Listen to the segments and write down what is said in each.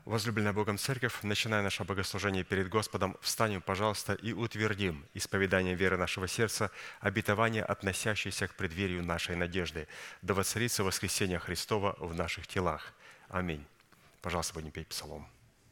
Возлюбленная Богом Церковь, начиная наше богослужение перед Господом, встанем, пожалуйста, и утвердим исповеданием веры нашего сердца обетование, относящееся к преддверию нашей надежды, да воцарится воскресение Христова в наших телах. Аминь. Пожалуйста, будем петь псалом.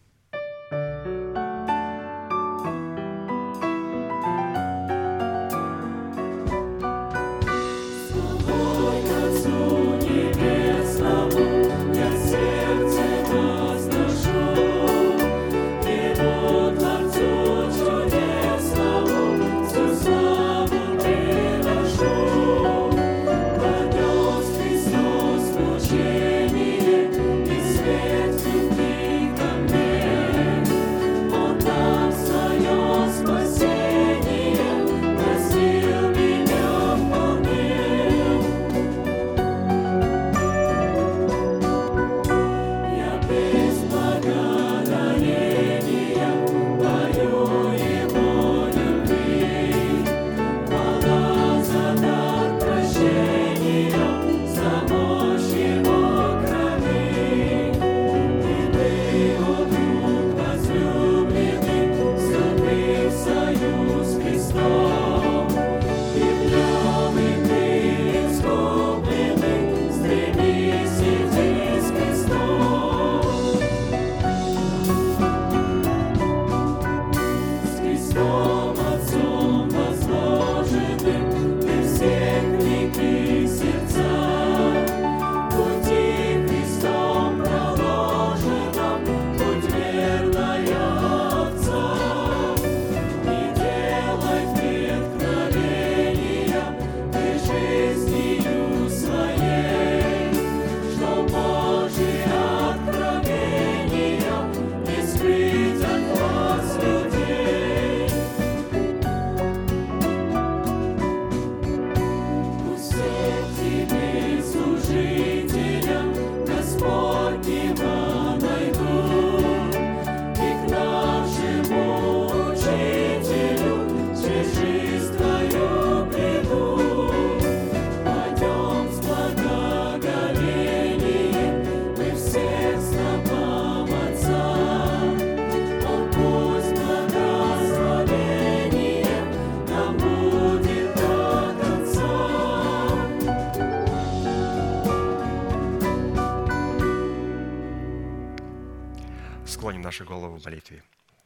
Склоним наши головы в молитве.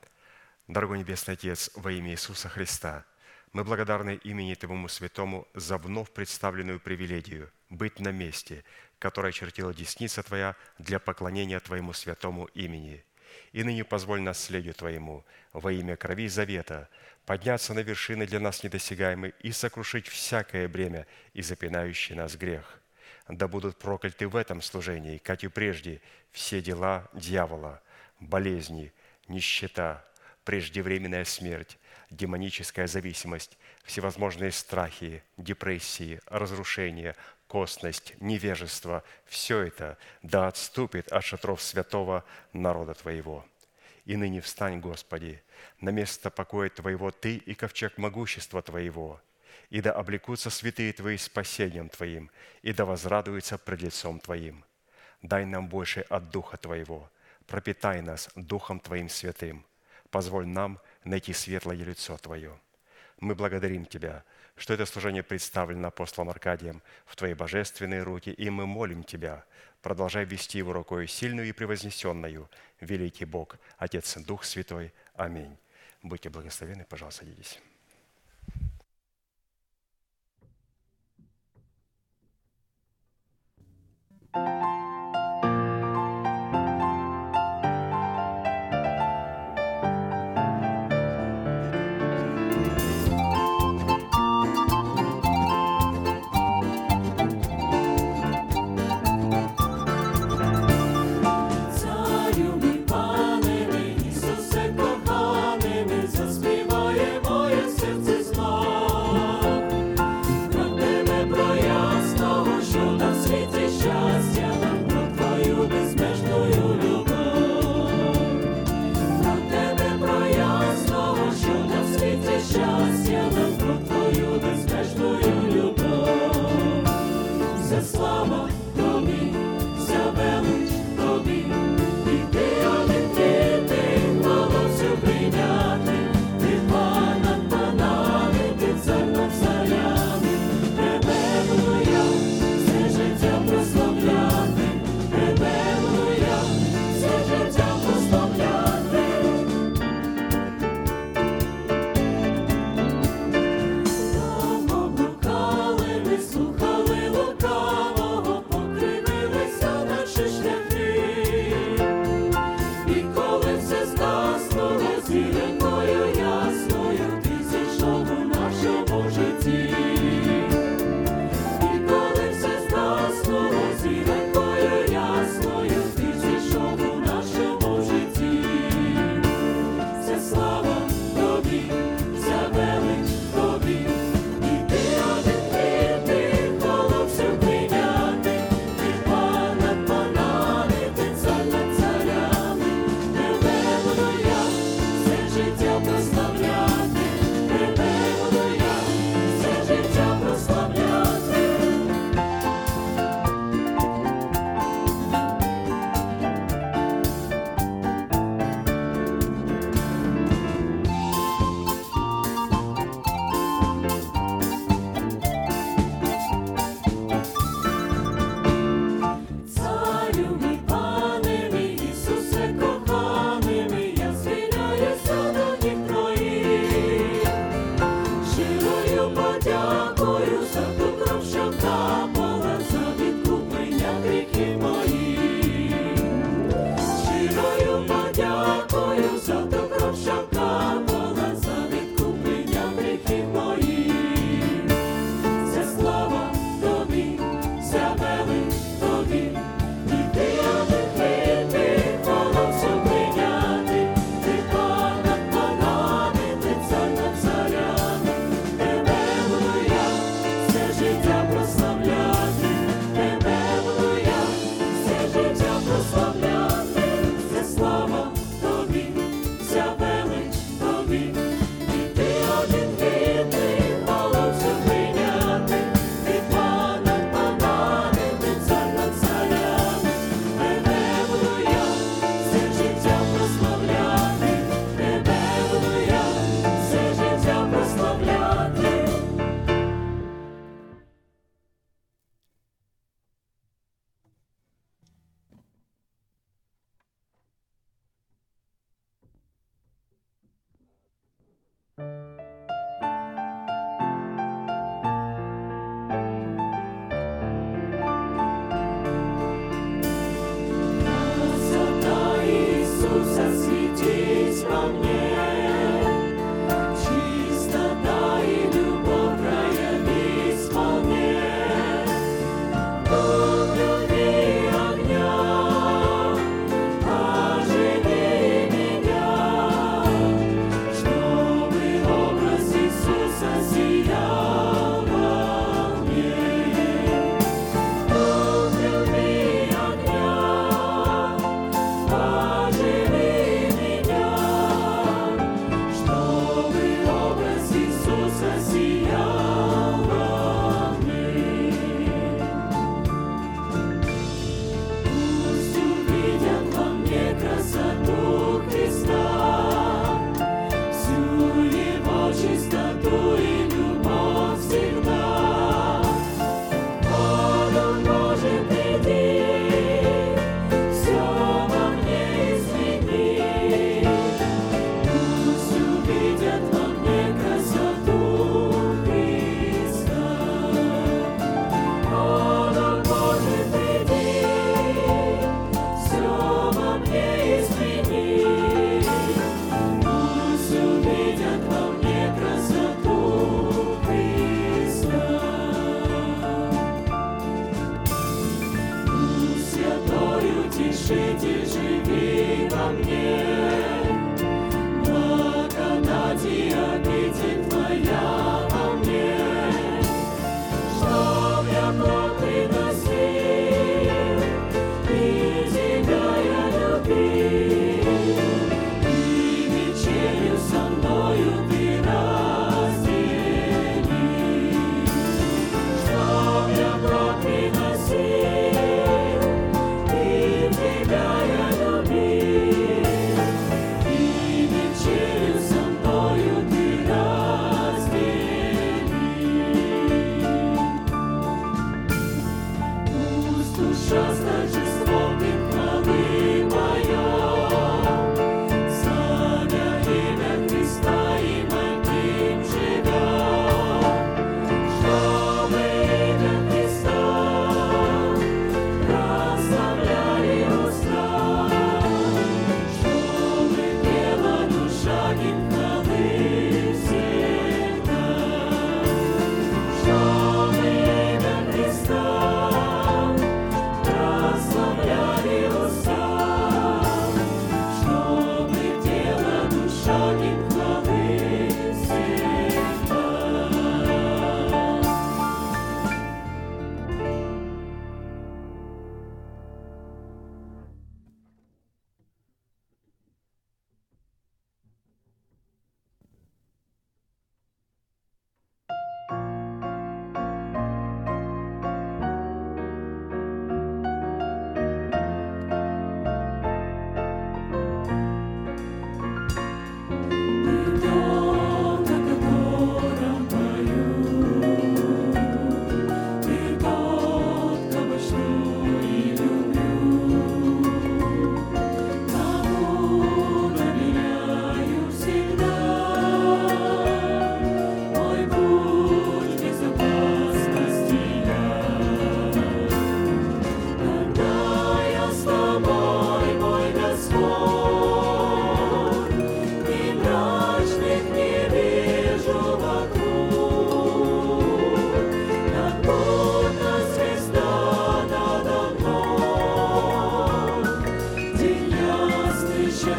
Дорогой Небесный Отец, во имя Иисуса Христа, мы благодарны имени Твоему Святому за вновь представленную привилегию быть на месте, которое очертила десница Твоя для поклонения Твоему святому имени. И ныне позволь наследию Твоему во имя крови завета подняться на вершины для нас недосягаемые и сокрушить всякое бремя и запинающий нас грех. Да будут прокляты в этом служении, как и прежде, все дела дьявола, болезни, нищета, преждевременная смерть, демоническая зависимость, всевозможные страхи, депрессии, разрушения, косность, невежество – все это да отступит от шатров святого народа Твоего. И ныне встань, Господи, на место покоя Твоего Ты и ковчег могущества Твоего, и да облекутся святые Твои спасением Твоим, и да возрадуются пред лицом Твоим. Дай нам больше от Духа Твоего, пропитай нас Духом Твоим святым, позволь нам найти светлое лицо Твое. Мы благодарим Тебя, что это служение представлено апостолом Аркадием в Твои божественные руки, и мы молим Тебя, продолжай вести его рукою сильную и превознесенную, великий Бог, Отец, Дух Святой. Аминь. Будьте благословенны, пожалуйста, садитесь. Про ясного, що на світі щастя нам І коли все згаснуло зіронькою ясною, ти зійшов у нашому житті. І коли все згаснуло зіронькою ясною, ти зійшов у нашому житті. Вся слава тобі, вся велич тобі, і ти один вірний, хвалу всю прийняти. Ти пан над панами, ти цар над царями, невелено я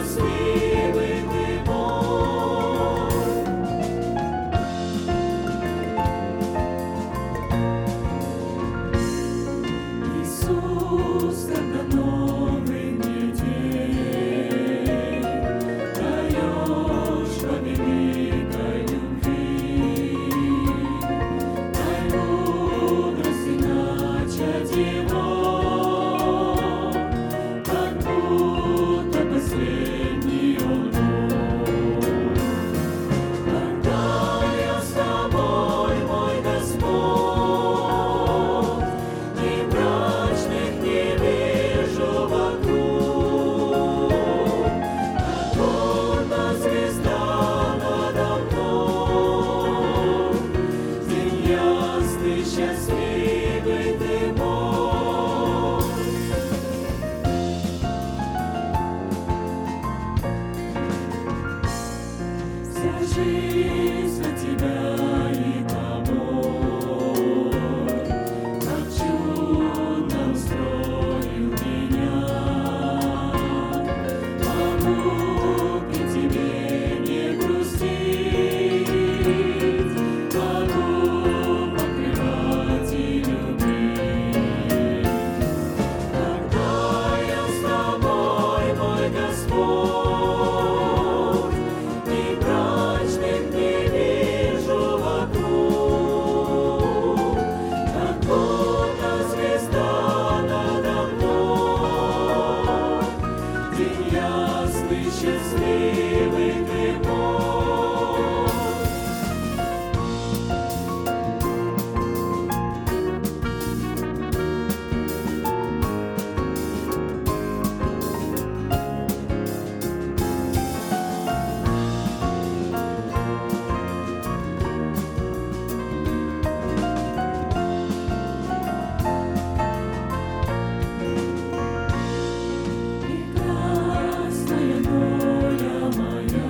счастливый ты мой. Иисус, когда новый мне день даешь по великой любви, дай мудрости начать его, как будто последний он мой. Когда я с тобой, мой Господь, и мрачных не вижу вокруг, как будто звезда надо мной, день ясный, счастливый ты мой. Вся жизнь за тебя и тобой, как чудо устроил меня. Могу при тебе не грустить, могу покрывать и любить. Когда я с тобой, мой Господь, и мрачных не вижу вокруг, как будто звезда надо мной, день ясный, счастливый ты мой. Прекрасная доля моя,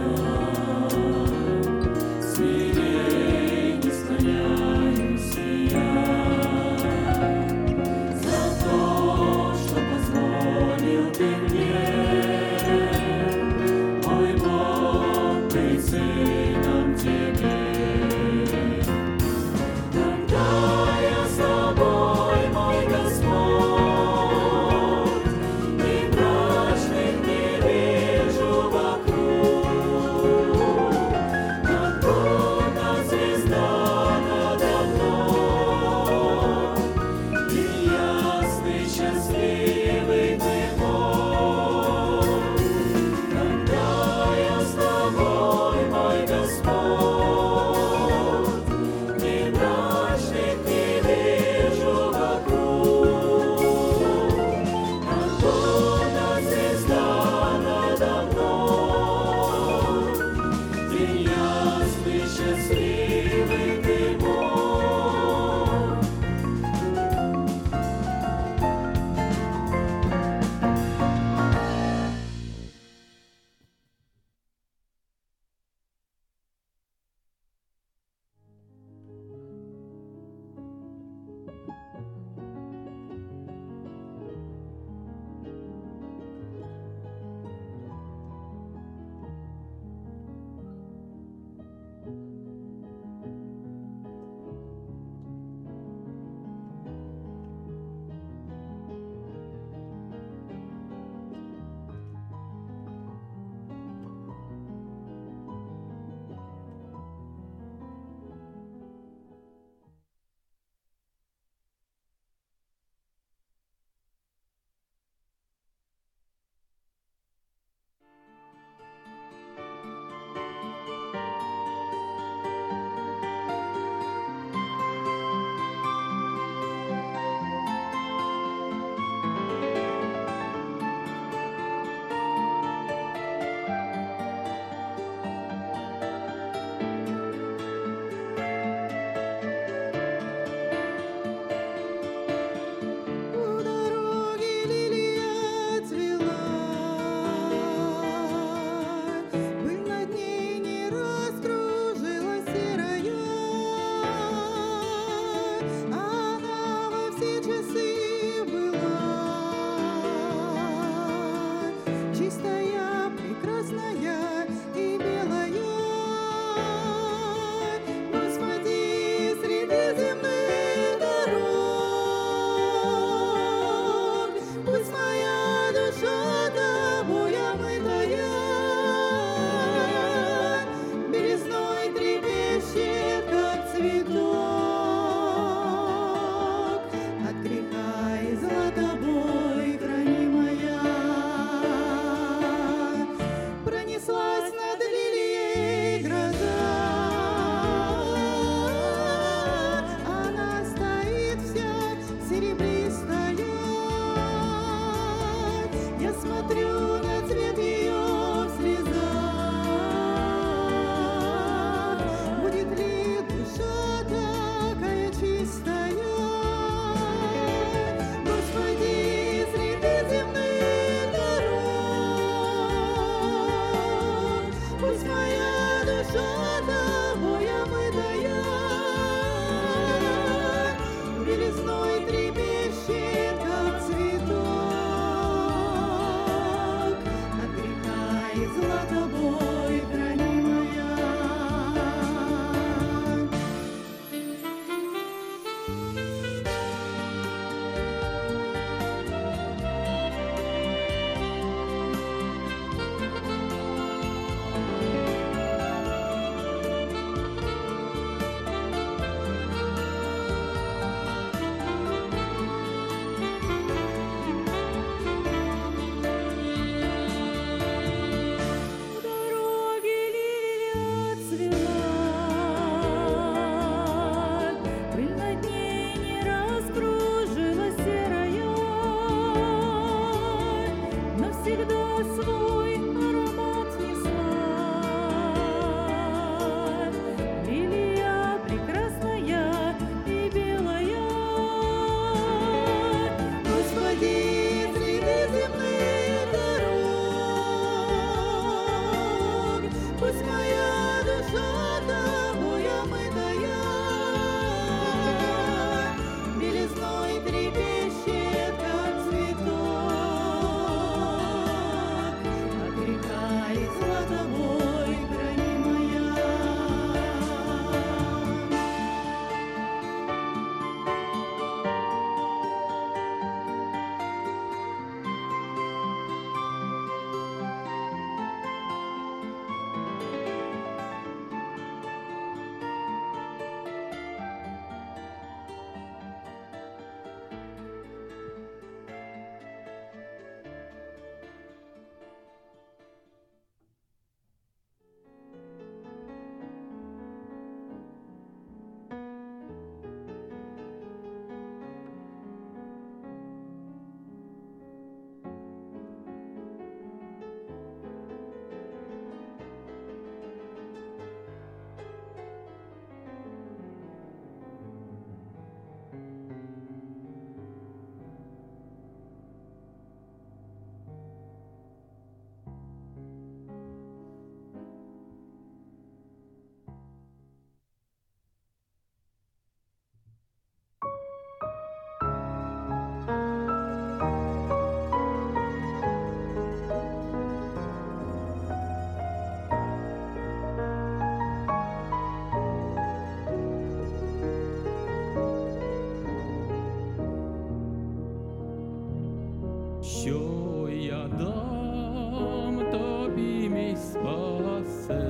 спасе,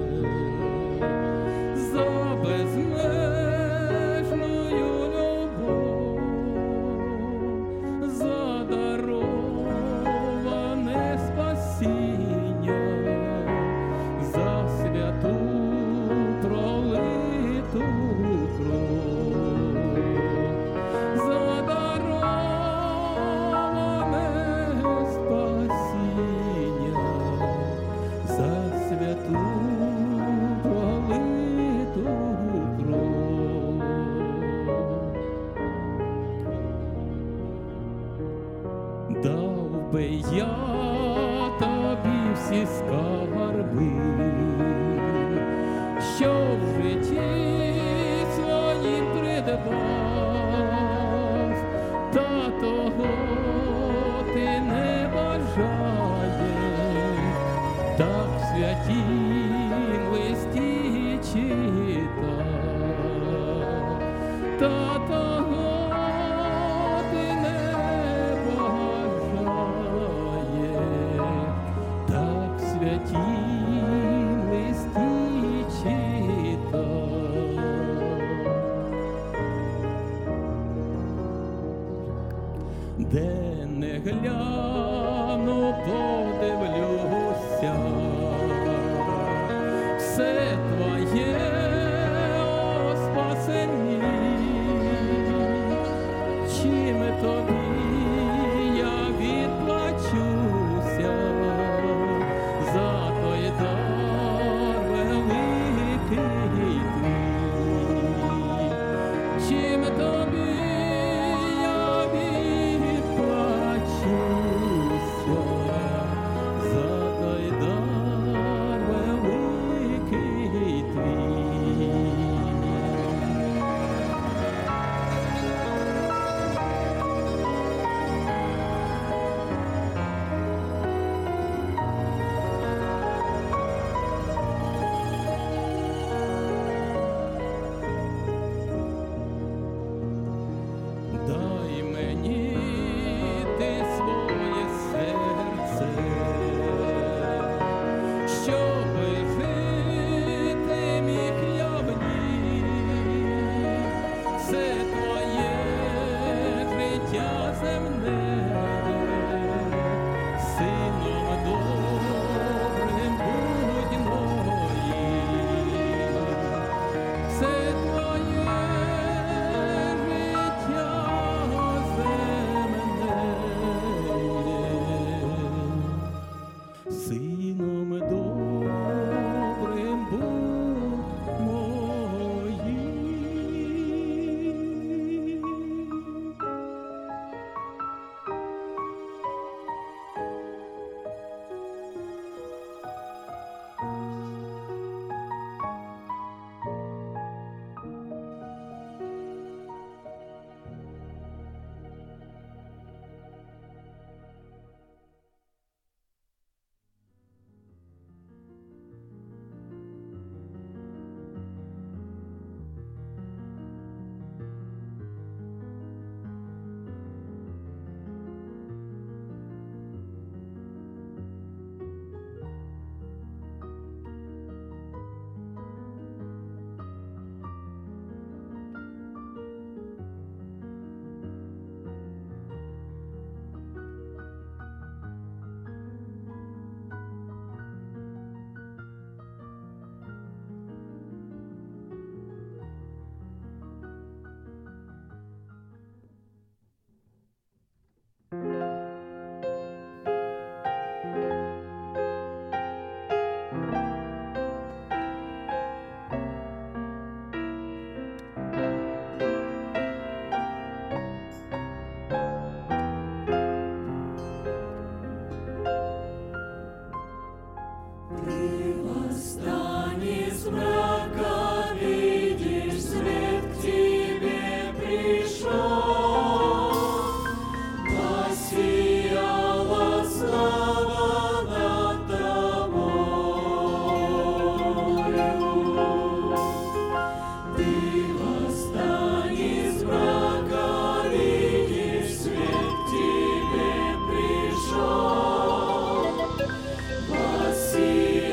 за безмежною любов, за дароване спасіння, за святу пролиту кров, за дароване спасіння, за святу пролиту кров. Дав би я тобі всі скарби, що в житті своїм придбав, та того ти не бажаєш, так в святім листі читав, та того ти не бажаєш, так в святім листі читав. Де не гляну, подивлюся, все твоє, о спасенні, чим тобі я відплачуся за той дар великий твій, чим тобі я відплачуся за той дар великий твій. Дай мені ти своє серце, щоби жити міг я в ній. Все твоє життя земне, сином добрим будь моїм. Все твоє життя земне, сином добрим будь моїм. Спаси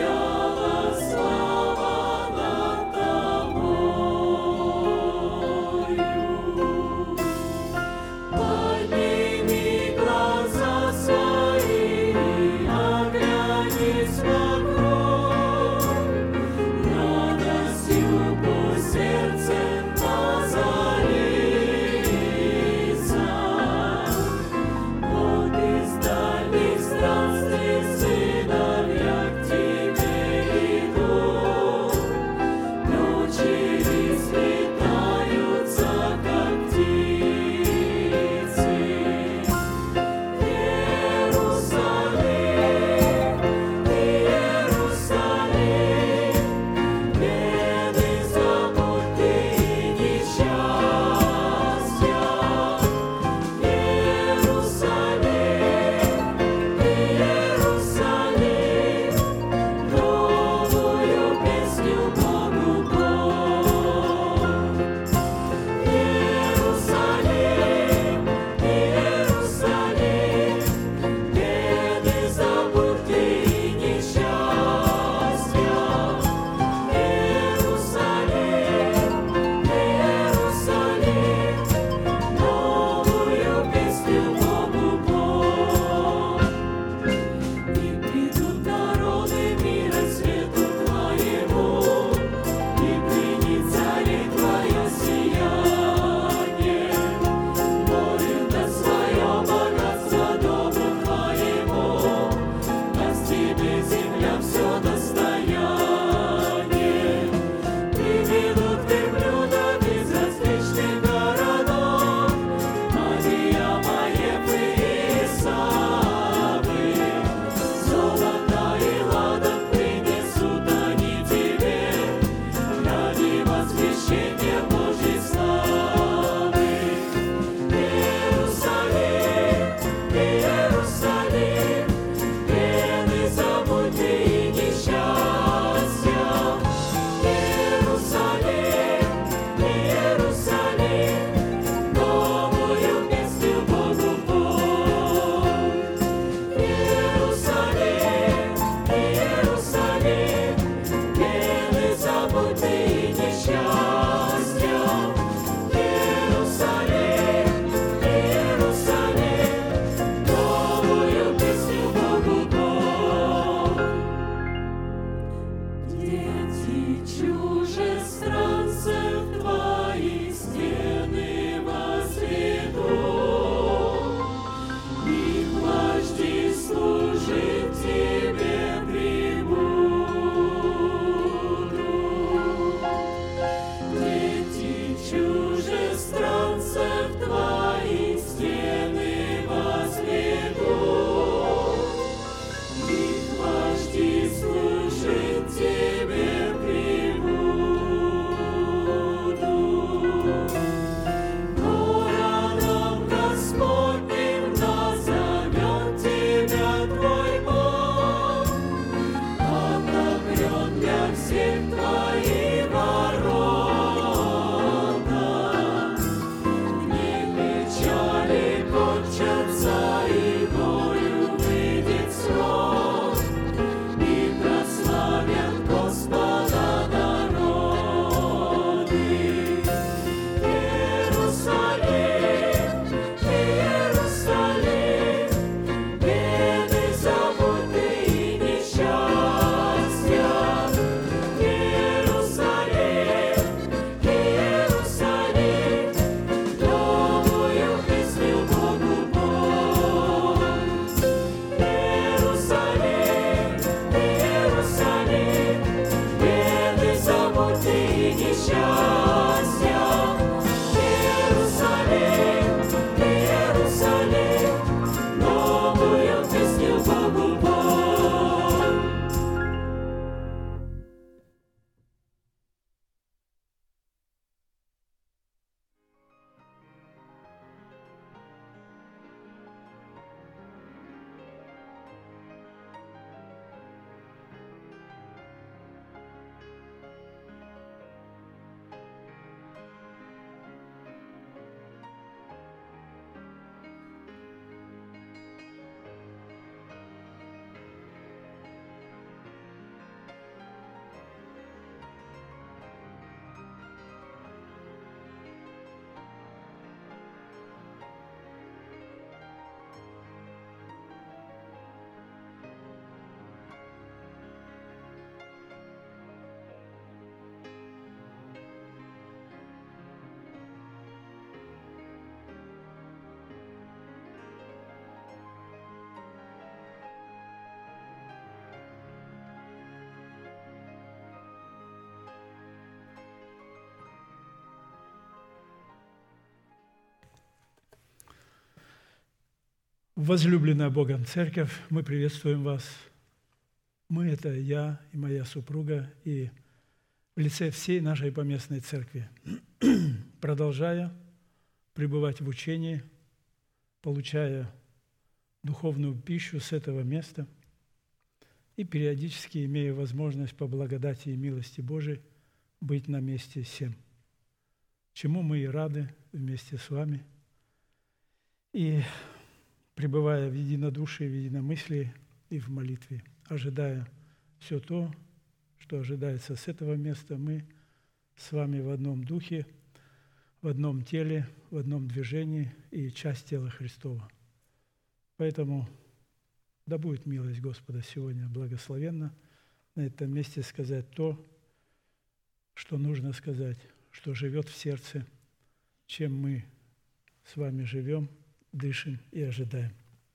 Возлюбленная Богом Церковь, мы приветствуем вас. Мы – это я и моя супруга, и в лице всей нашей поместной церкви, продолжая пребывать в учении, получая духовную пищу с этого места и периодически имея возможность по благодати и милости Божией быть на месте сем, чему мы и рады вместе с вами. И пребывая в единодушии, в единомыслии и в молитве, ожидая все то, что ожидается с этого места, мы с вами в одном духе, в одном теле, в одном движении и часть тела Христова. Поэтому да будет милость Господа сегодня благословенно на этом месте сказать то, что нужно сказать, что живет в сердце, чем мы с вами живем, дышим и ожидаем.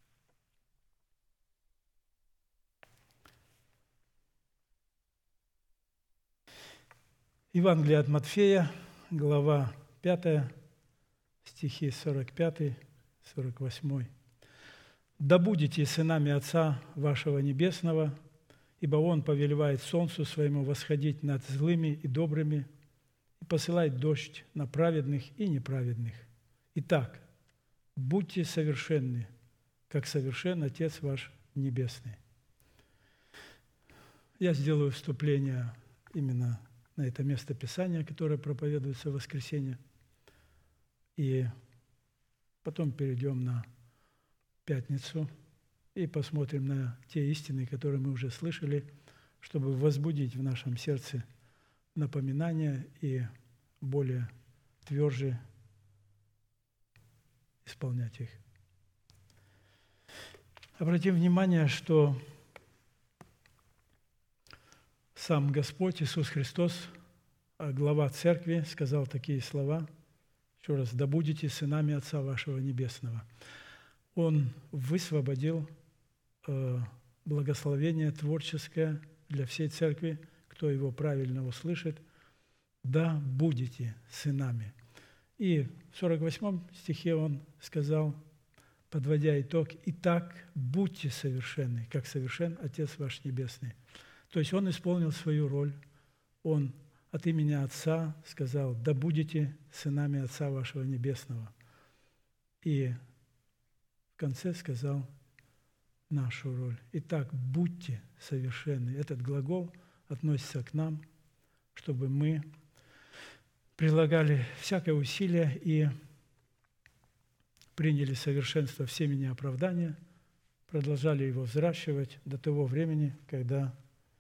Евангелие от Матфея, глава 5, стихи 45-48. «Да будете сынами Отца вашего Небесного, ибо Он повелевает солнцу своему восходить над злыми и добрыми и посылает дождь на праведных и неправедных. Итак, будьте совершенны, как совершен Отец ваш Небесный». Я сделаю вступление именно на это место Писания, которое проповедуется в воскресенье, и потом перейдем на пятницу и посмотрим на те истины, которые мы уже слышали, чтобы возбудить в нашем сердце напоминания и более тверже исполнять их. Обратим внимание, что сам Господь Иисус Христос, глава Церкви, сказал такие слова, еще раз, «Да будете сынами Отца вашего Небесного». Он высвободил благословение творческое для всей Церкви, кто его правильно услышит, «Да будете сынами». И в 48 стихе он сказал, подводя итог, «Итак, будьте совершенны, как совершен Отец ваш Небесный». То есть он исполнил свою роль, он от имени Отца сказал, «Да будете сынами Отца вашего Небесного». И в конце сказал нашу роль. Итак, будьте совершенны. Этот глагол относится к нам, чтобы мы прилагали всякое усилие и приняли совершенство в семени оправдания, продолжали его взращивать до того времени, когда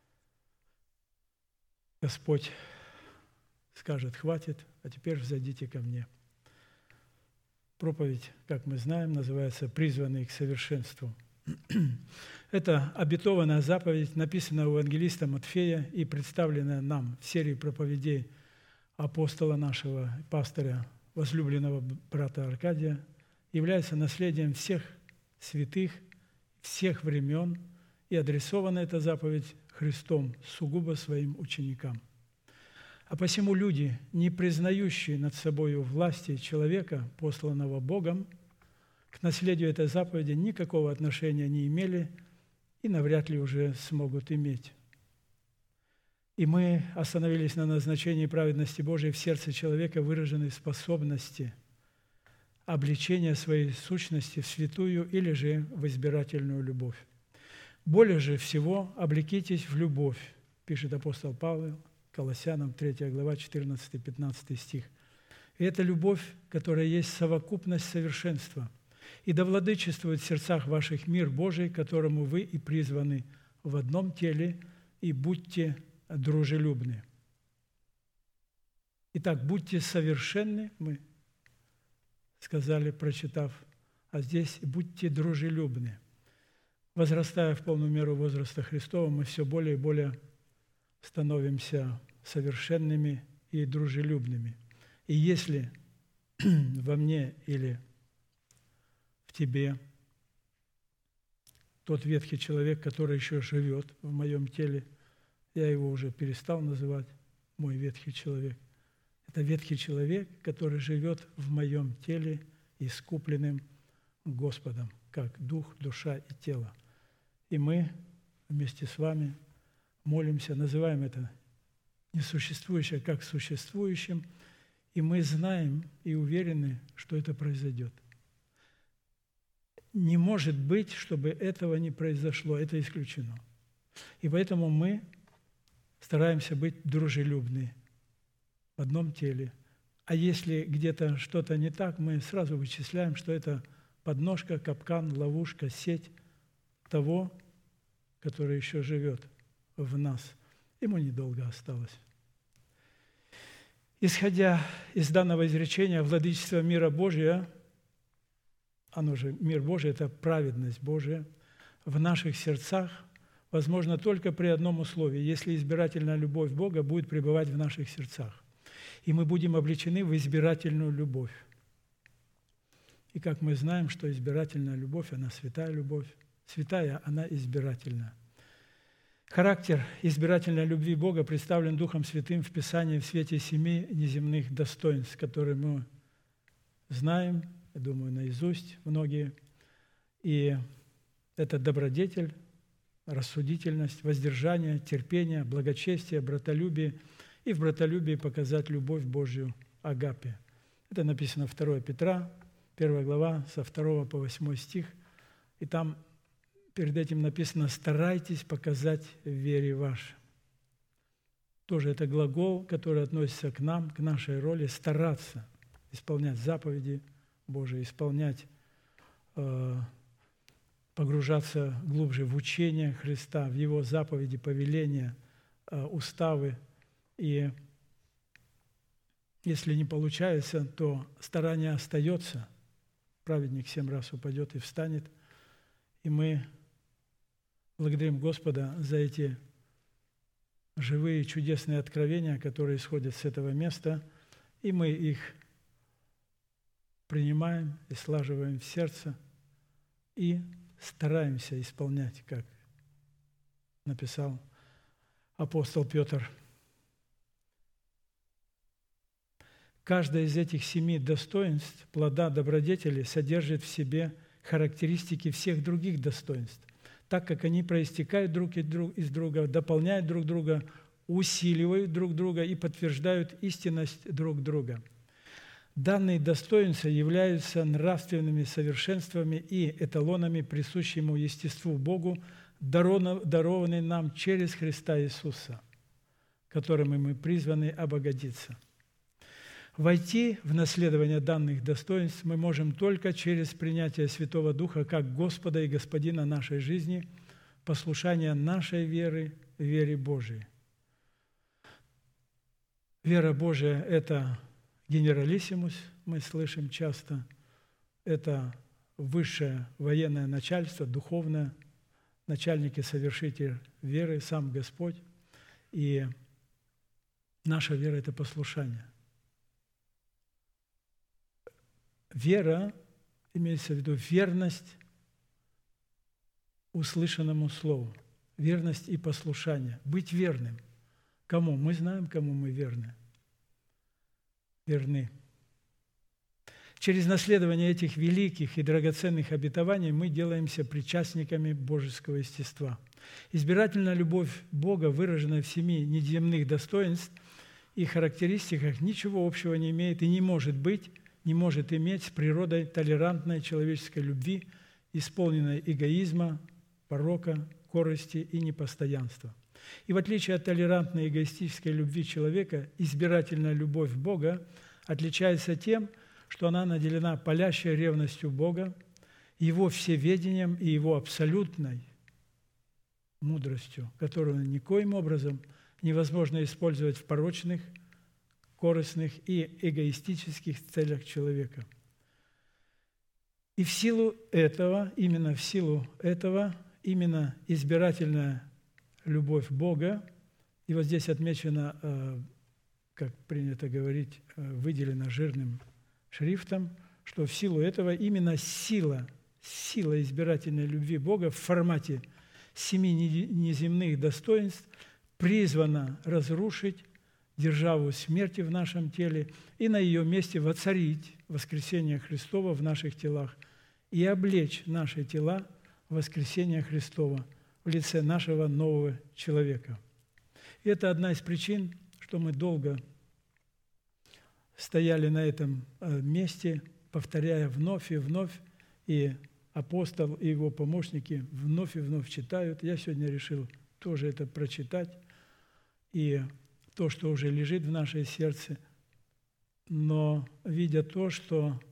Господь скажет: «Хватит, а теперь взойдите ко мне». Проповедь, как мы знаем, называется «Призванный к совершенству». Это обетованная заповедь, написанная у евангелиста Матфея и представленная нам в серии проповедей апостола нашего, пастыря, возлюбленного брата Аркадия, является наследием всех святых, всех времен, и адресована эта заповедь Христом сугубо своим ученикам. А посему люди, не признающие над собою власти человека, посланного Богом, к наследию этой заповеди никакого отношения не имели и навряд ли уже смогут иметь. И мы остановились на назначении праведности Божией в сердце человека, выраженной в способности обличения своей сущности в святую или же в избирательную любовь. «Более же всего облекитесь в любовь», пишет апостол Павел Колоссянам, 3 глава, 14-15 стих. И это любовь, которая есть совокупность совершенства. «И да владычествует в сердцах ваших мир Божий, которому вы и призваны в одном теле, и будьте дружелюбны». Итак, будьте совершенны, мы сказали, прочитав, а здесь будьте дружелюбны. Возрастая в полную меру возраста Христова, мы все более и более становимся совершенными и дружелюбными. И если во мне или в тебе тот ветхий человек, который еще живет в моем теле, я его уже перестал называть мой ветхий человек. Это ветхий человек, который живет в моем теле, искупленным Господом. как дух, душа и тело. И мы вместе с вами молимся, называем это несуществующее как существующим, и мы знаем и уверены, что это произойдет. Не может быть, чтобы этого не произошло, это исключено. И поэтому мы стараемся быть дружелюбны в одном теле. А если где-то что-то не так, мы сразу вычисляем, что это подножка, капкан, ловушка, сеть того, который еще живет в нас. Ему недолго осталось. Исходя из данного изречения, владычество мира Божия, оно же, мир Божий – это праведность Божия, в наших сердцах возможно только при одном условии, если избирательная любовь Бога будет пребывать в наших сердцах. И мы будем облечены в избирательную любовь. И как мы знаем, что избирательная любовь, она святая любовь. Святая, она избирательная. Характер избирательной любви Бога представлен Духом Святым в Писании в свете 7 неземных достоинств, которые мы знаем, я думаю, наизусть многие. И это добродетель, рассудительность, воздержание, терпение, благочестие, братолюбие. И в братолюбии показать любовь Божью агапе. Это написано 2 Петра, 1 глава, со 2 по 8 стих. И там перед этим написано «старайтесь показать в вере вашей». Тоже это глагол, который относится к нам, к нашей роли, стараться исполнять заповеди Божии, исполнять, погружаться глубже в учение Христа, в Его заповеди, повеления, уставы. И если не получается, то старание остается. Праведник 7 раз упадет и встанет. И мы благодарим Господа за эти живые чудесные откровения, которые исходят с этого места, и мы их принимаем и слаживаем в сердце и стараемся исполнять, как написал апостол Петр. Каждое из этих 7 достоинств плода добродетели содержит в себе характеристики всех других достоинств, так как они проистекают друг из друга, дополняют друг друга, усиливают друг друга и подтверждают истинность друг друга. Данные достоинства являются нравственными совершенствами и эталонами присущему естеству Богу, дарованные нам через Христа Иисуса, которым мы призваны обогатиться. Войти в наследование данных достоинств мы можем только через принятие Святого Духа как Господа и Господина нашей жизни, послушание нашей веры, вере Божией. Вера Божия – это генералиссимус, мы слышим часто, это высшее военное начальство, духовное, начальник и совершитель веры, сам Господь. И наша вера – это послушание. Вера, имеется в виду верность услышанному слову, верность и послушание. Быть верным. Кому? Мы знаем, кому мы верны. Верны. Через наследование этих великих и драгоценных обетований мы делаемся причастниками божеского естества. Избирательная любовь Бога, выраженная в 7 неземных достоинств и характеристиках, ничего общего не имеет и не может иметь с природой толерантной человеческой любви, исполненной эгоизма, порока, корысти и непостоянства. И в отличие от толерантной эгоистической любви человека, избирательная любовь Бога отличается тем, что она наделена палящей ревностью Бога, Его всеведением и Его абсолютной мудростью, которую никоим образом невозможно использовать в порочных, корыстных и эгоистических целях человека. И в силу этого, именно избирательная любовь Бога, и вот здесь отмечено, как принято говорить, выделено жирным шрифтом, что в силу этого именно сила избирательной любви Бога в формате 7 неземных достоинств призвана разрушить державу смерти в нашем теле и на ее месте воцарить воскресение Христова в наших телах и облечь наши тела в воскресение Христова в лице нашего нового человека. И это одна из причин, что мы долго стояли на этом месте, повторяя вновь и вновь, и апостол и его помощники вновь и вновь читают. Я сегодня решил тоже это прочитать, и то, что уже лежит в нашем сердце, но видя то, что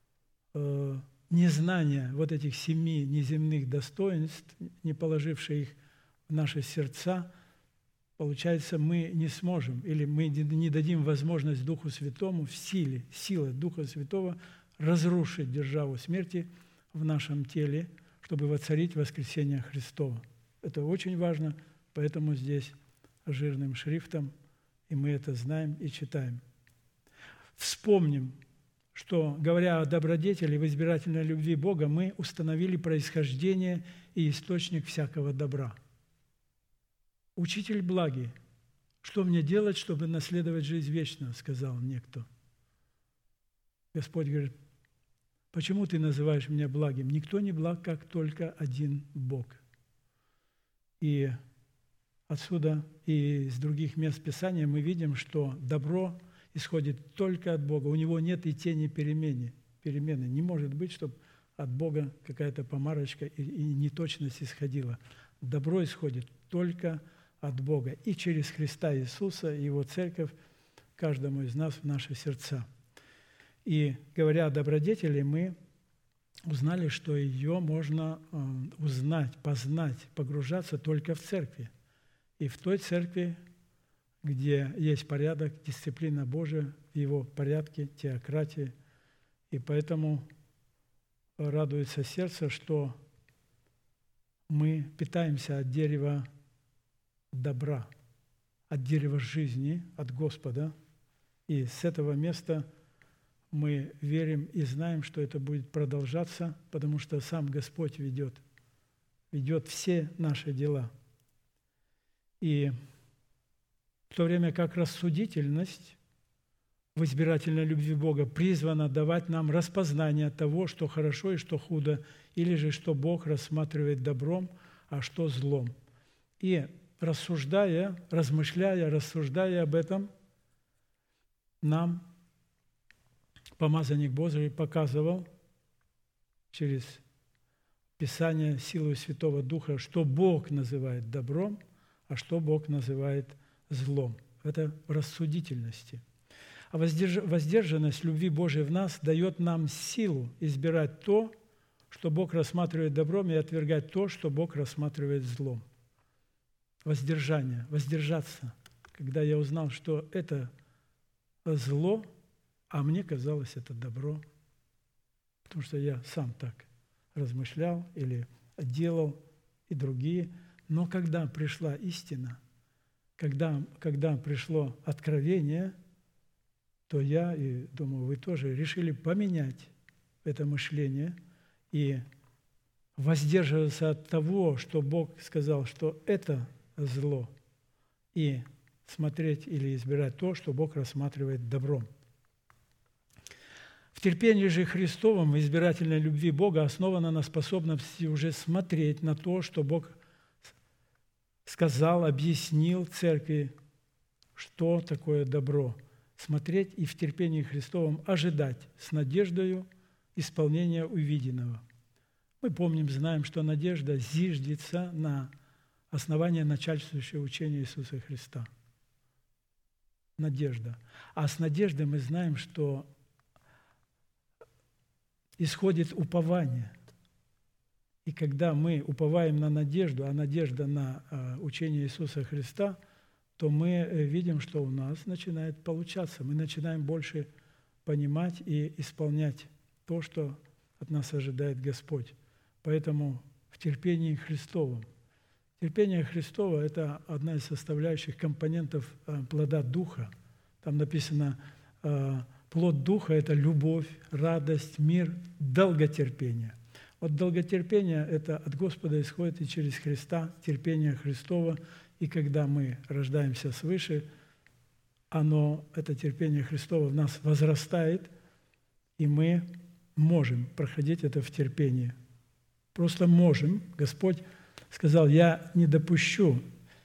незнание вот этих 7 неземных достоинств, не положившие их в наши сердца, получается, мы не сможем, или мы не дадим возможность Духу Святому в силе Духа Святого разрушить державу смерти в нашем теле, чтобы воцарить воскресение Христова. Это очень важно, поэтому здесь жирным шрифтом, и мы это знаем и читаем. Вспомним, что, говоря о добродетели в избирательной любви Бога, мы установили происхождение и источник всякого добра. «Учитель благий, что мне делать, чтобы наследовать жизнь вечную?» – сказал некто. Господь говорит: «Почему ты называешь меня благим? Никто не благ, как только один Бог». И отсюда и из других мест Писания мы видим, что добро исходит только от Бога. У него нет и тени перемены. Не может быть, чтобы от Бога какая-то помарочка и неточность исходила. Добро исходит только от Бога и через Христа Иисуса и Его Церковь каждому из нас в наши сердца. И говоря о добродетели, мы узнали, что ее можно узнать, познать, погружаться только в церкви. И в той церкви, где есть порядок, дисциплина Божия, в Его порядке, теократии. И поэтому радуется сердце, что мы питаемся от дерева добра, от дерева жизни, от Господа. И с этого места мы верим и знаем, что это будет продолжаться, потому что сам Господь ведет все наши дела. И в то время как рассудительность в избирательной любви Бога призвана давать нам распознание того, что хорошо и что худо, или же что Бог рассматривает добром, а что злом. И рассуждая об этом, нам помазанник Божий показывал через Писание силой Святого Духа, что Бог называет добром, а что Бог называет злом. Это в рассудительности. А воздержанность любви Божией в нас дает нам силу избирать то, что Бог рассматривает добром, и отвергать то, что Бог рассматривает злом. Воздержаться. Когда я узнал, что это зло, а мне казалось, это добро, потому что я сам так размышлял или делал, и другие. Но когда пришла истина, когда пришло откровение, то я, и думаю, вы тоже решили поменять это мышление и воздерживаться от того, что Бог сказал, что это зло, и смотреть или избирать то, что Бог рассматривает добром. В терпении же Христовом, в избирательной любви Бога основано на способности уже смотреть на то, что Бог сказал, объяснил Церкви, что такое добро. Смотреть и в терпении Христовом ожидать с надеждою исполнения увиденного. Мы помним, знаем, что надежда зиждется на основании начальствующего учения Иисуса Христа. Надежда. А с надеждой мы знаем, что исходит упование. И когда мы уповаем на надежду, а надежда на учение Иисуса Христа, то мы видим, что у нас начинает получаться. Мы начинаем больше понимать и исполнять то, что от нас ожидает Господь. Поэтому в терпении Христовом. Терпение Христово – это одна из составляющих компонентов плода Духа. Там написано, плод Духа – это любовь, радость, мир, долготерпение. Вот долготерпение – это от Господа исходит и через Христа, терпение Христово. И когда мы рождаемся свыше, это терпение Христово в нас возрастает, и мы можем проходить это в терпении. Просто можем. Господь сказал: я не попущу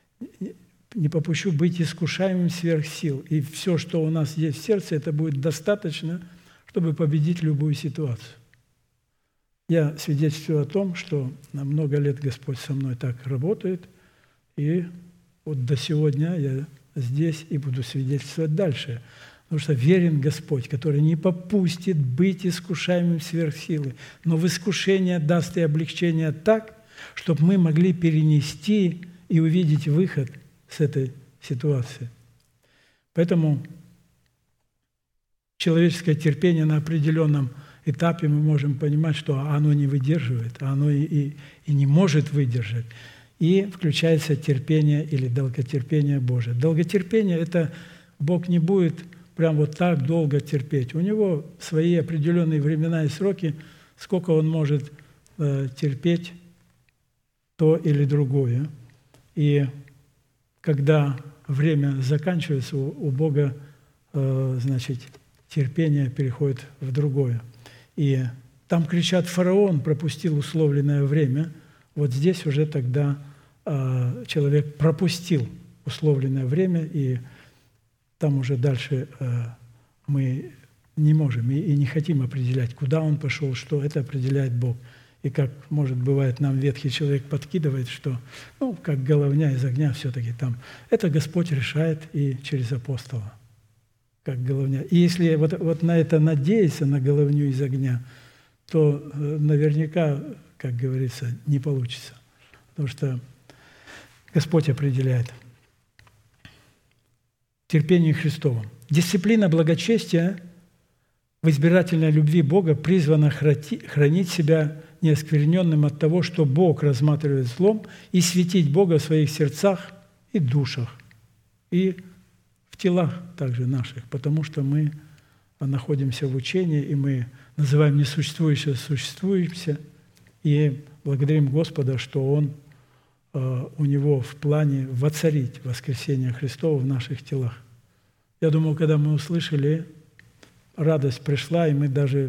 быть искушаемым сверх сил. И все, что у нас есть в сердце, это будет достаточно, чтобы победить любую ситуацию. Я свидетельствую о том, что на много лет Господь со мной так работает, и вот до сегодня я здесь и буду свидетельствовать дальше. Потому что верен Господь, который не попустит быть искушаемым сверх силы, но в искушение даст и облегчение так, чтобы мы могли перенести и увидеть выход с этой ситуации. Поэтому человеческое терпение на определенном этапе мы можем понимать, что оно не выдерживает, а оно и не может выдержать. И включается терпение или долготерпение Божие. Долготерпение – это Бог не будет прям вот так долго терпеть. У Него свои определенные времена и сроки, сколько Он может терпеть то или другое. И когда время заканчивается, у Бога, значит, терпение переходит в другое. И там кричат: фараон пропустил условленное время. Вот здесь уже тогда человек пропустил условленное время, и там уже дальше мы не можем и не хотим определять, куда он пошел, что это определяет Бог. И как, может, бывает, нам ветхий человек подкидывает, что, как головня из огня все-таки там. Это Господь решает и через апостола, как головня. И если вот на это надеяться, на головню из огня, то наверняка, как говорится, не получится. Потому что Господь определяет. Терпение Христовом. Дисциплина благочестия в избирательной любви Бога призвана хранить себя неоскверненным от того, что Бог рассматривает злом, и светить Бога в своих сердцах и душах, и в телах также наших, потому что мы находимся в учении, и мы называем несуществующее существующим, и благодарим Господа, что Он у Него в плане воцарить воскресение Христова в наших телах. Я думаю, когда мы услышали, радость пришла, и мы даже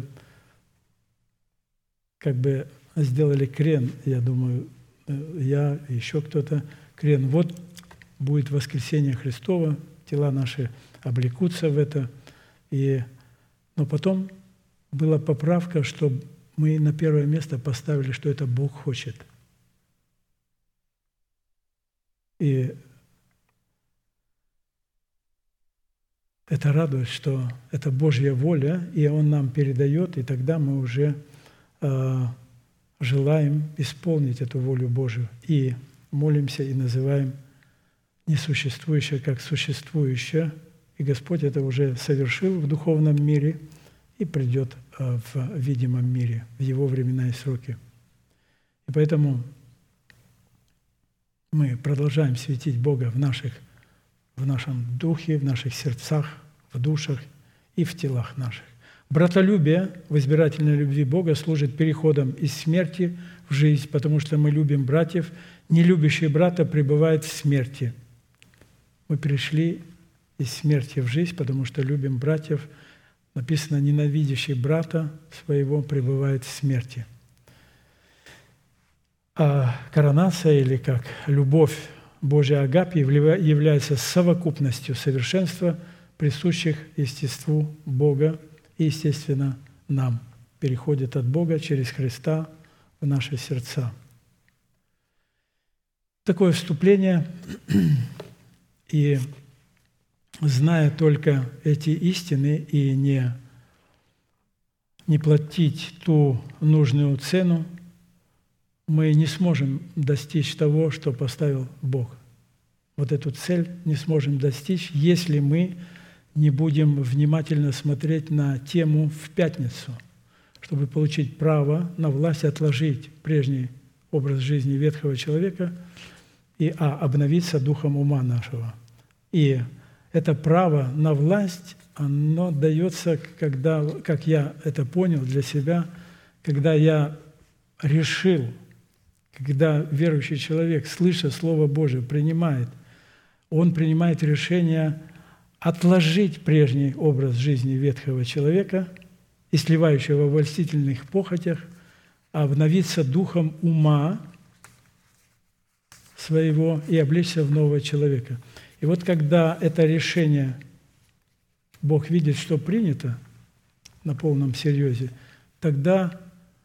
как бы сделали крен, я думаю, я, еще кто-то, крен. Вот будет воскресение Христова, тела наши облекутся в это. Но потом была поправка, что мы на первое место поставили, что это Бог хочет. И это радует, что это Божья воля, и Он нам передает, и тогда мы уже желаем исполнить эту волю Божию. И молимся, и называем несуществующее как существующее. И Господь это уже совершил в духовном мире и придет в видимом мире, в Его времена и сроки. И поэтому мы продолжаем светить Бога в нашем духе, в наших сердцах, в душах и в телах наших. Братолюбие в избирательной любви Бога служит переходом из смерти в жизнь, потому что мы любим братьев. Нелюбящий брата пребывает в смерти. Мы перешли из смерти в жизнь, потому что любим братьев. Написано: ненавидящий брата своего пребывает в смерти. А коронация, или как любовь Божия агапи, является совокупностью совершенства, присущих естеству Бога и, естественно, нам. Переходит от Бога через Христа в наши сердца. Такое вступление, и зная только эти истины и не платить ту нужную цену, мы не сможем достичь того, что поставил Бог. Вот эту цель не сможем достичь, если мы не будем внимательно смотреть на тему в пятницу, чтобы получить право на власть отложить прежний образ жизни ветхого человека и обновиться духом ума нашего. И это право на власть, оно дается, когда, как я это понял для себя, когда я решил, когда верующий человек, слыша Слово Божие, он принимает решение отложить прежний образ жизни ветхого человека и сливающего в обольстительных похотях, а обновиться духом ума своего и облечься в нового человека. И вот когда это решение Бог видит, что принято на полном серьезе, тогда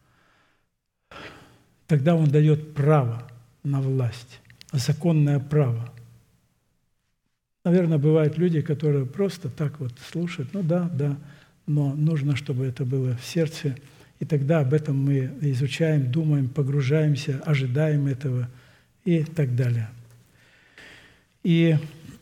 Он дает право на власть, законное право. Наверное, бывают люди, которые просто так вот слушают, ну да, но нужно, чтобы это было в сердце, и тогда об этом мы изучаем, думаем, погружаемся, ожидаем этого и так далее. И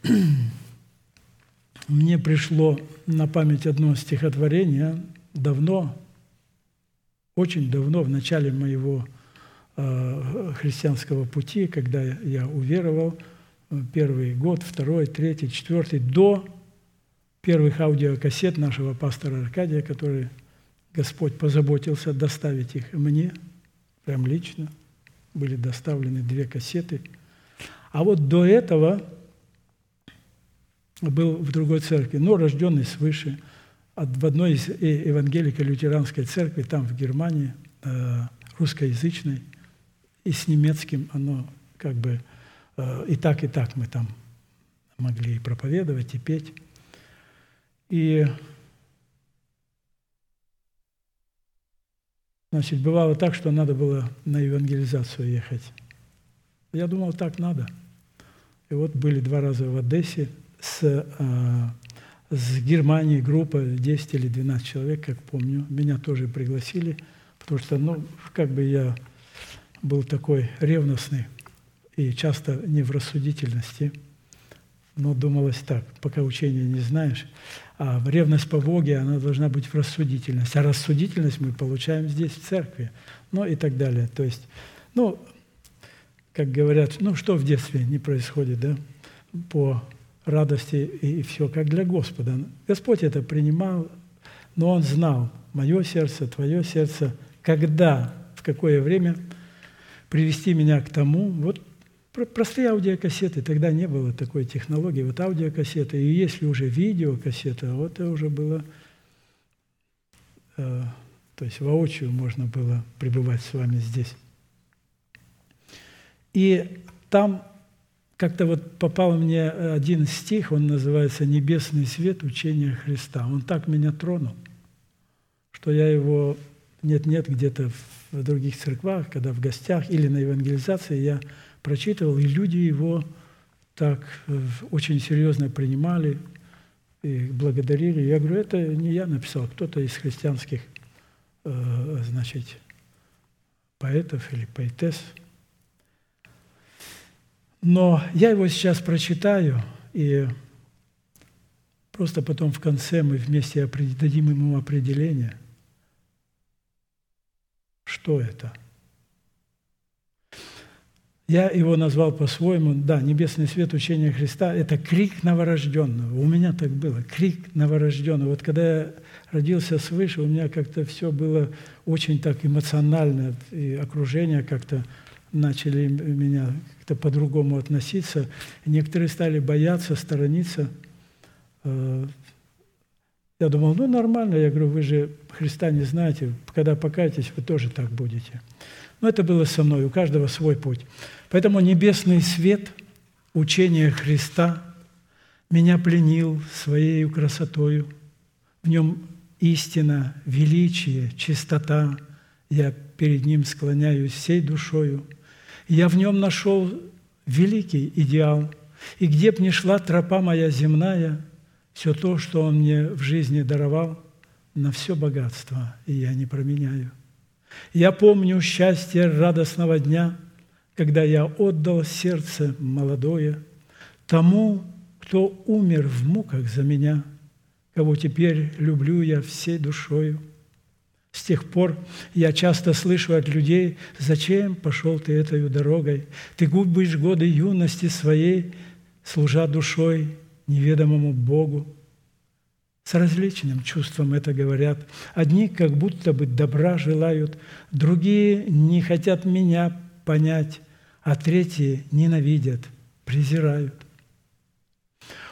мне пришло на память одно стихотворение давно, очень давно, в начале моего христианского пути, когда я уверовал, первый год, второй, третий, четвертый, до первых аудиокассет нашего пастора Аркадия, который Господь позаботился доставить их мне, прям лично, были доставлены 2 кассеты. А вот до этого был в другой церкви, но рожденный свыше, в одной из евангелико-лютеранской церкви, там в Германии, русскоязычной, и с немецким оно как бы и так мы там могли и проповедовать, и петь. И, значит, бывало так, что надо было на евангелизацию ехать. Я думал, так надо. И вот были 2 раза в Одессе с Германии группа 10 или 12 человек, как помню. Меня тоже пригласили, потому что, как бы я был такой ревностный и часто не в рассудительности, но думалось так, пока учения не знаешь, а ревность по Боге, она должна быть в рассудительности, а рассудительность мы получаем здесь, в церкви, и так далее. То есть, как говорят, что в детстве не происходит, да, по радости и все, как для Господа. Господь это принимал, но Он знал мое сердце, твое сердце, когда, в какое время привести меня к тому, вот простые аудиокассеты, тогда не было такой технологии, вот аудиокассеты, и если уже видеокассета, вот это уже было, то есть воочию можно было пребывать с вами здесь. И там как-то вот попал мне один стих, он называется «Небесный свет учения Христа». Он так меня тронул, что я его нет-нет где-то в других церквах, когда в гостях или на евангелизации я прочитывал, и люди его так очень серьезно принимали и благодарили. Я говорю, это не я написал, кто-то из христианских, поэтов или поэтесс. Но я его сейчас прочитаю, и просто потом в конце мы вместе дадим ему определение, что это. Я его назвал по-своему, «Небесный свет учения Христа» – это крик новорожденного. У меня так было, крик новорожденного. Вот когда я родился свыше, у меня как-то все было очень так эмоционально, и окружение как-то начали меня как-то по-другому относиться. Некоторые стали бояться, сторониться. Я думал, нормально. Я говорю, вы же Христа не знаете. Когда покаетесь, вы тоже так будете. Но это было со мной, у каждого свой путь. Поэтому небесный свет учения Христа меня пленил своей красотою. В нем истина, величие, чистота. Я перед Ним склоняюсь всей душою. Я в Нем нашел великий идеал. И где б ни шла тропа моя земная, все то, что Он мне в жизни даровал, на все богатство и я не променяю. Я помню счастье радостного дня, когда я отдал сердце молодое тому, кто умер в муках за меня, кого теперь люблю я всей душою. С тех пор я часто слышу от людей, «Зачем пошел ты этой дорогой? Ты губишь годы юности своей, служа душой неведомому Богу». С различным чувством это говорят. Одни как будто бы добра желают, другие не хотят меня понять, а третьи ненавидят, презирают.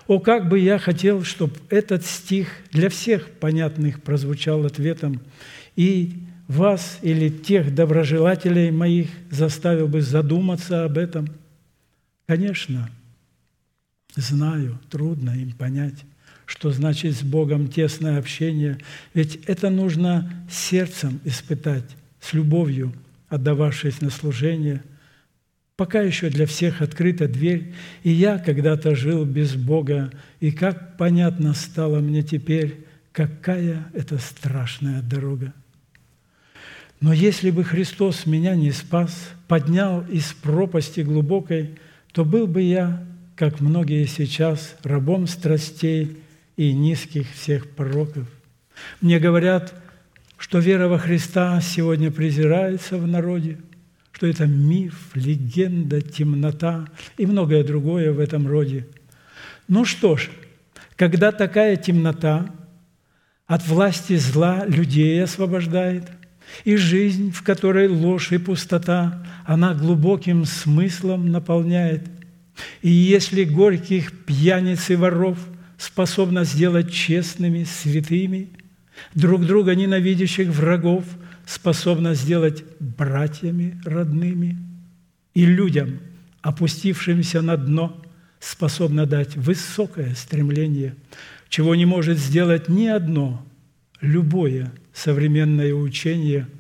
О, как бы я хотел, чтобы этот стих для всех понятных прозвучал ответом и вас или тех доброжелателей моих заставил бы задуматься об этом. Конечно, знаю, трудно им понять, что значит с Богом тесное общение, ведь это нужно сердцем испытать, с любовью отдававшись на служение. Пока еще для всех открыта дверь, и я когда-то жил без Бога, и как понятно стало мне теперь, какая это страшная дорога. Но если бы Христос меня не спас, поднял из пропасти глубокой, то был бы я, как многие сейчас, рабом страстей и низких всех пороков. Мне говорят, что вера во Христа сегодня презирается в народе, что это миф, легенда, темнота и многое другое в этом роде. Ну что ж, когда такая темнота от власти зла людей освобождает, и жизнь, в которой ложь и пустота, она глубоким смыслом наполняет, и если горьких пьяниц и воров способна сделать честными, святыми, друг друга ненавидящих врагов способна сделать братьями родными, и людям, опустившимся на дно, способна дать высокое стремление, чего не может сделать ни одно, любое современное учение.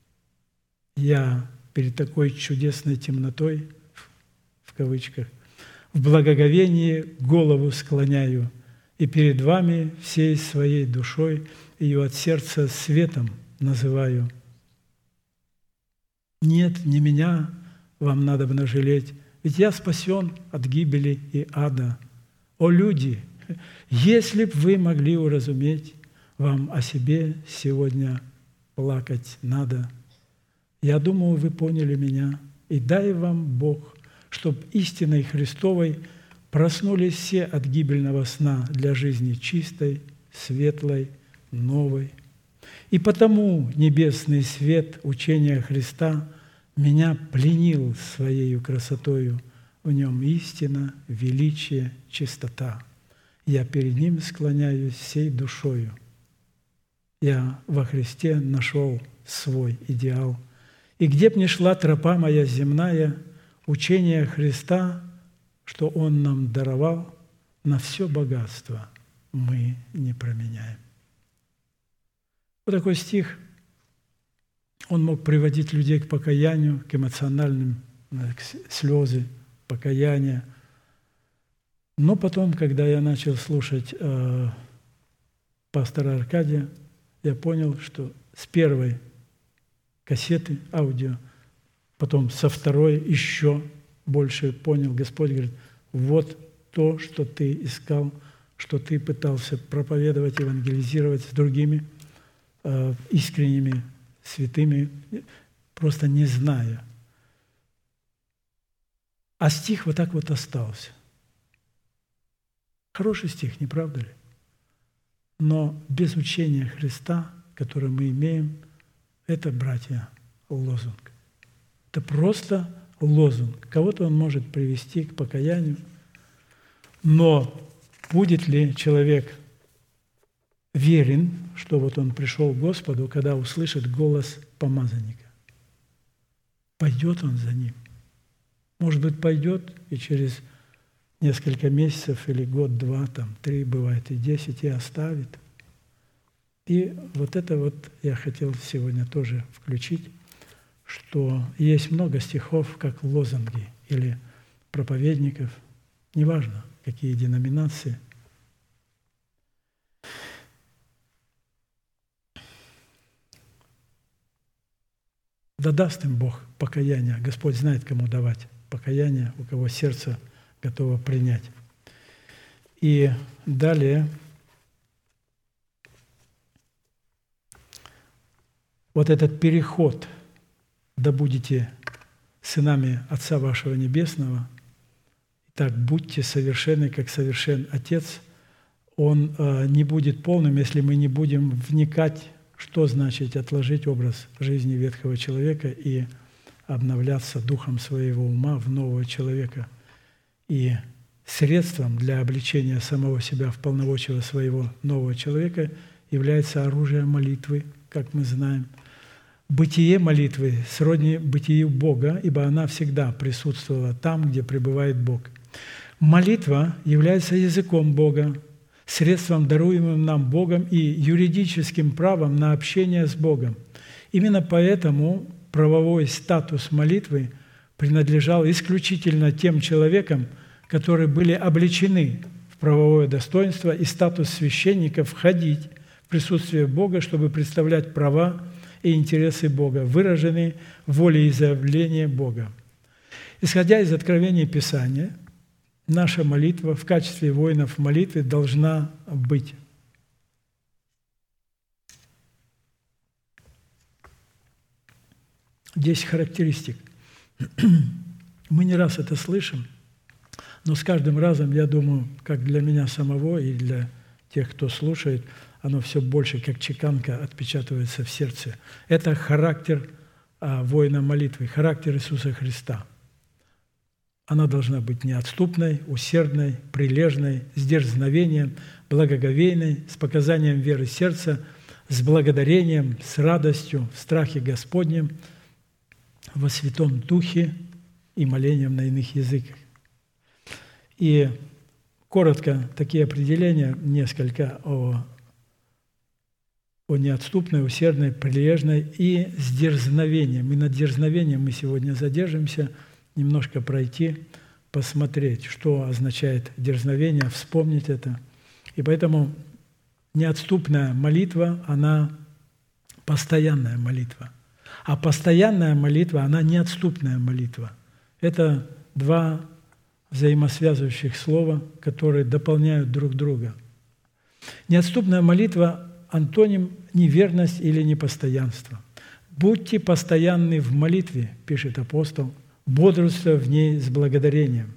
Я перед такой чудесной темнотой, в кавычках, в благоговении голову склоняю, и перед вами всей своей душой ее от сердца светом называю. Нет, не меня вам надобно жалеть, ведь я спасен от гибели и ада. О, люди, если б вы могли уразуметь, вам о себе сегодня плакать надо. Я думаю, вы поняли меня, и дай вам Бог, чтоб истиной Христовой проснулись все от гибельного сна для жизни чистой, светлой, новой. И потому небесный свет учения Христа меня пленил своей красотою, в нем истина, величие, чистота. Я перед ним склоняюсь всей душою. Я во Христе нашел свой идеал. И где б ни шла тропа моя земная, учение Христа, что Он нам даровал, на все богатство мы не променяем. Вот такой стих, он мог приводить людей к покаянию, к эмоциональным, к слезы, покаяния. Но потом, когда я начал слушать пастора Аркадия, я понял, что с первой кассеты аудио, потом со второй еще больше понял. Господь говорит, вот то, что ты искал, что ты пытался проповедовать, евангелизировать с другими искренними, святыми, просто не зная. А стих вот так вот остался. Хороший стих, не правда ли? Но без учения Христа, которое мы имеем, это, братья, лозунг. Это просто лозунг. Кого-то он может привести к покаянию, но будет ли человек верен, что вот он пришел к Господу, когда услышит голос помазанника? Пойдет он за ним? Может быть, пойдет и через несколько месяцев или год, два, там, 3, бывает и 10, и оставит. И вот это вот я хотел сегодня тоже включить, что есть много стихов, как лозунги или проповедников, неважно, какие деноминации. Да даст им Бог покаяние. Господь знает, кому давать покаяние, у кого сердце готово принять. И далее вот этот переход, да будете сынами Отца вашего Небесного, так будьте совершенны, как совершен Отец, он не будет полным, если мы не будем вникать, что значит отложить образ жизни ветхого человека и обновляться духом своего ума в нового человека. И средством для обличения самого себя в полномочия своего нового человека является оружие молитвы, как мы знаем. Бытие молитвы сродни бытию Бога, ибо она всегда присутствовала там, где пребывает Бог. Молитва является языком Бога, средством, даруемым нам Богом и юридическим правом на общение с Богом. Именно поэтому правовой статус молитвы принадлежал исключительно тем человекам, которые были облечены в правовое достоинство и статус священников входить в присутствие Бога, чтобы представлять права и интересы Бога, выраженные в волеизъявлении Бога. Исходя из откровения Писания, наша молитва в качестве воинов молитвы должна быть. Здесь характеристик. Мы не раз это слышим, но с каждым разом, я думаю, как для меня самого и для тех, кто слушает, оно все больше, как чеканка, отпечатывается в сердце. Это характер воина молитвы, характер Иисуса Христа. Она должна быть неотступной, усердной, прилежной, с дерзновением, благоговейной, с показанием веры сердца, с благодарением, с радостью, в страхе Господнем, во Святом Духе и молением на иных языках. И коротко такие определения, несколько о неотступной, усердной, прилежной и с дерзновением. И над дерзновением мы сегодня задержимся, немножко пройти, посмотреть, что означает дерзновение, вспомнить это. И поэтому неотступная молитва, она постоянная молитва. А постоянная молитва, она неотступная молитва. Это два взаимосвязывающих слова, которые дополняют друг друга. Неотступная молитва – антоним неверность или непостоянство. «Будьте постоянны в молитве», пишет апостол, «бодрствуя в ней с благодарением».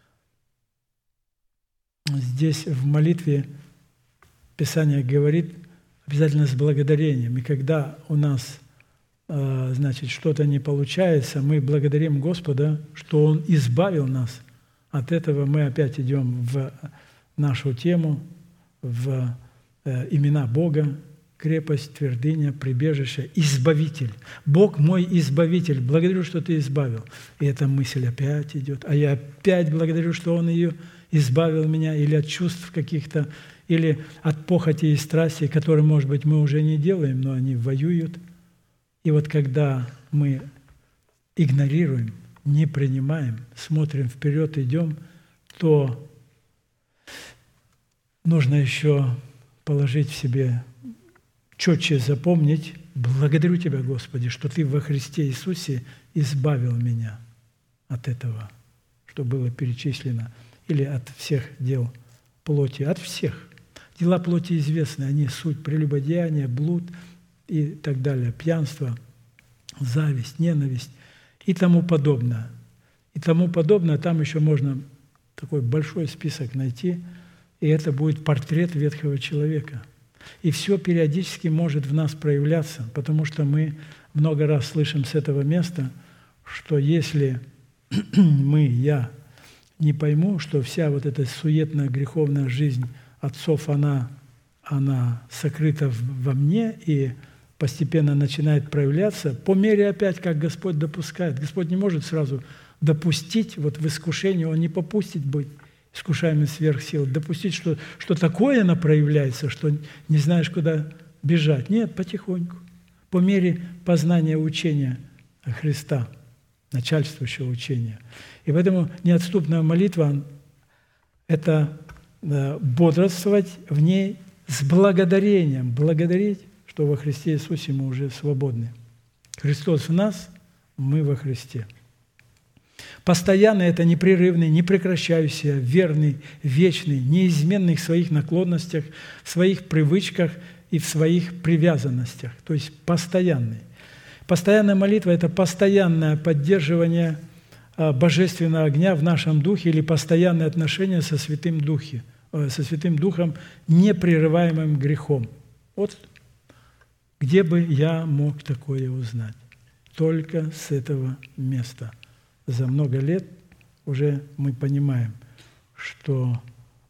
Здесь в молитве Писание говорит обязательно с благодарением. И когда у нас что-то не получается, мы благодарим Господа, что Он избавил нас от этого. Мы опять идем в нашу тему, в имена Бога, крепость, твердыня, прибежище, избавитель. Бог мой избавитель, благодарю, что Ты избавил. И эта мысль опять идет. А я опять благодарю, что Он ее избавил меня или от чувств каких-то, или от похоти и страсти, которые, может быть, мы уже не делаем, но они воюют. И вот когда мы игнорируем, не принимаем, смотрим вперед, идем, то нужно еще положить в себе, четче запомнить: благодарю Тебя, Господи, что Ты во Христе Иисусе избавил меня от этого, что было перечислено, или от всех дел плоти, от всех. Дела плоти известны, они суть прелюбодеяния, блуд и так далее, пьянство, зависть, ненависть и тому подобное. И тому подобное, там еще можно такой большой список найти, и это будет портрет ветхого человека. И все периодически может в нас проявляться, потому что мы много раз слышим с этого места, что если я не пойму, что вся вот эта суетная греховная жизнь отцов, она сокрыта во мне и постепенно начинает проявляться, по мере опять, как Господь допускает. Господь не может сразу допустить вот в искушении, Он не попустит быть искушаемым сверх сил, допустить, что такое оно проявляется, что не знаешь, куда бежать. Нет, потихоньку, по мере познания учения Христа, начальствующего учения. И поэтому неотступная молитва – это бодрствовать в ней с благодарением, благодарить, что во Христе Иисусе мы уже свободны. Христос в нас, мы во Христе. Постоянно это непрерывный, непрекращающийся, верный, вечный, неизменный в своих наклонностях, в своих привычках и в своих привязанностях, то есть постоянный. Постоянная молитва – это постоянное поддерживание божественного огня в нашем духе или постоянное отношение со Святым Духом, непрерываемым грехом. Вот где бы я мог такое узнать? Только с этого места. За много лет уже мы понимаем, что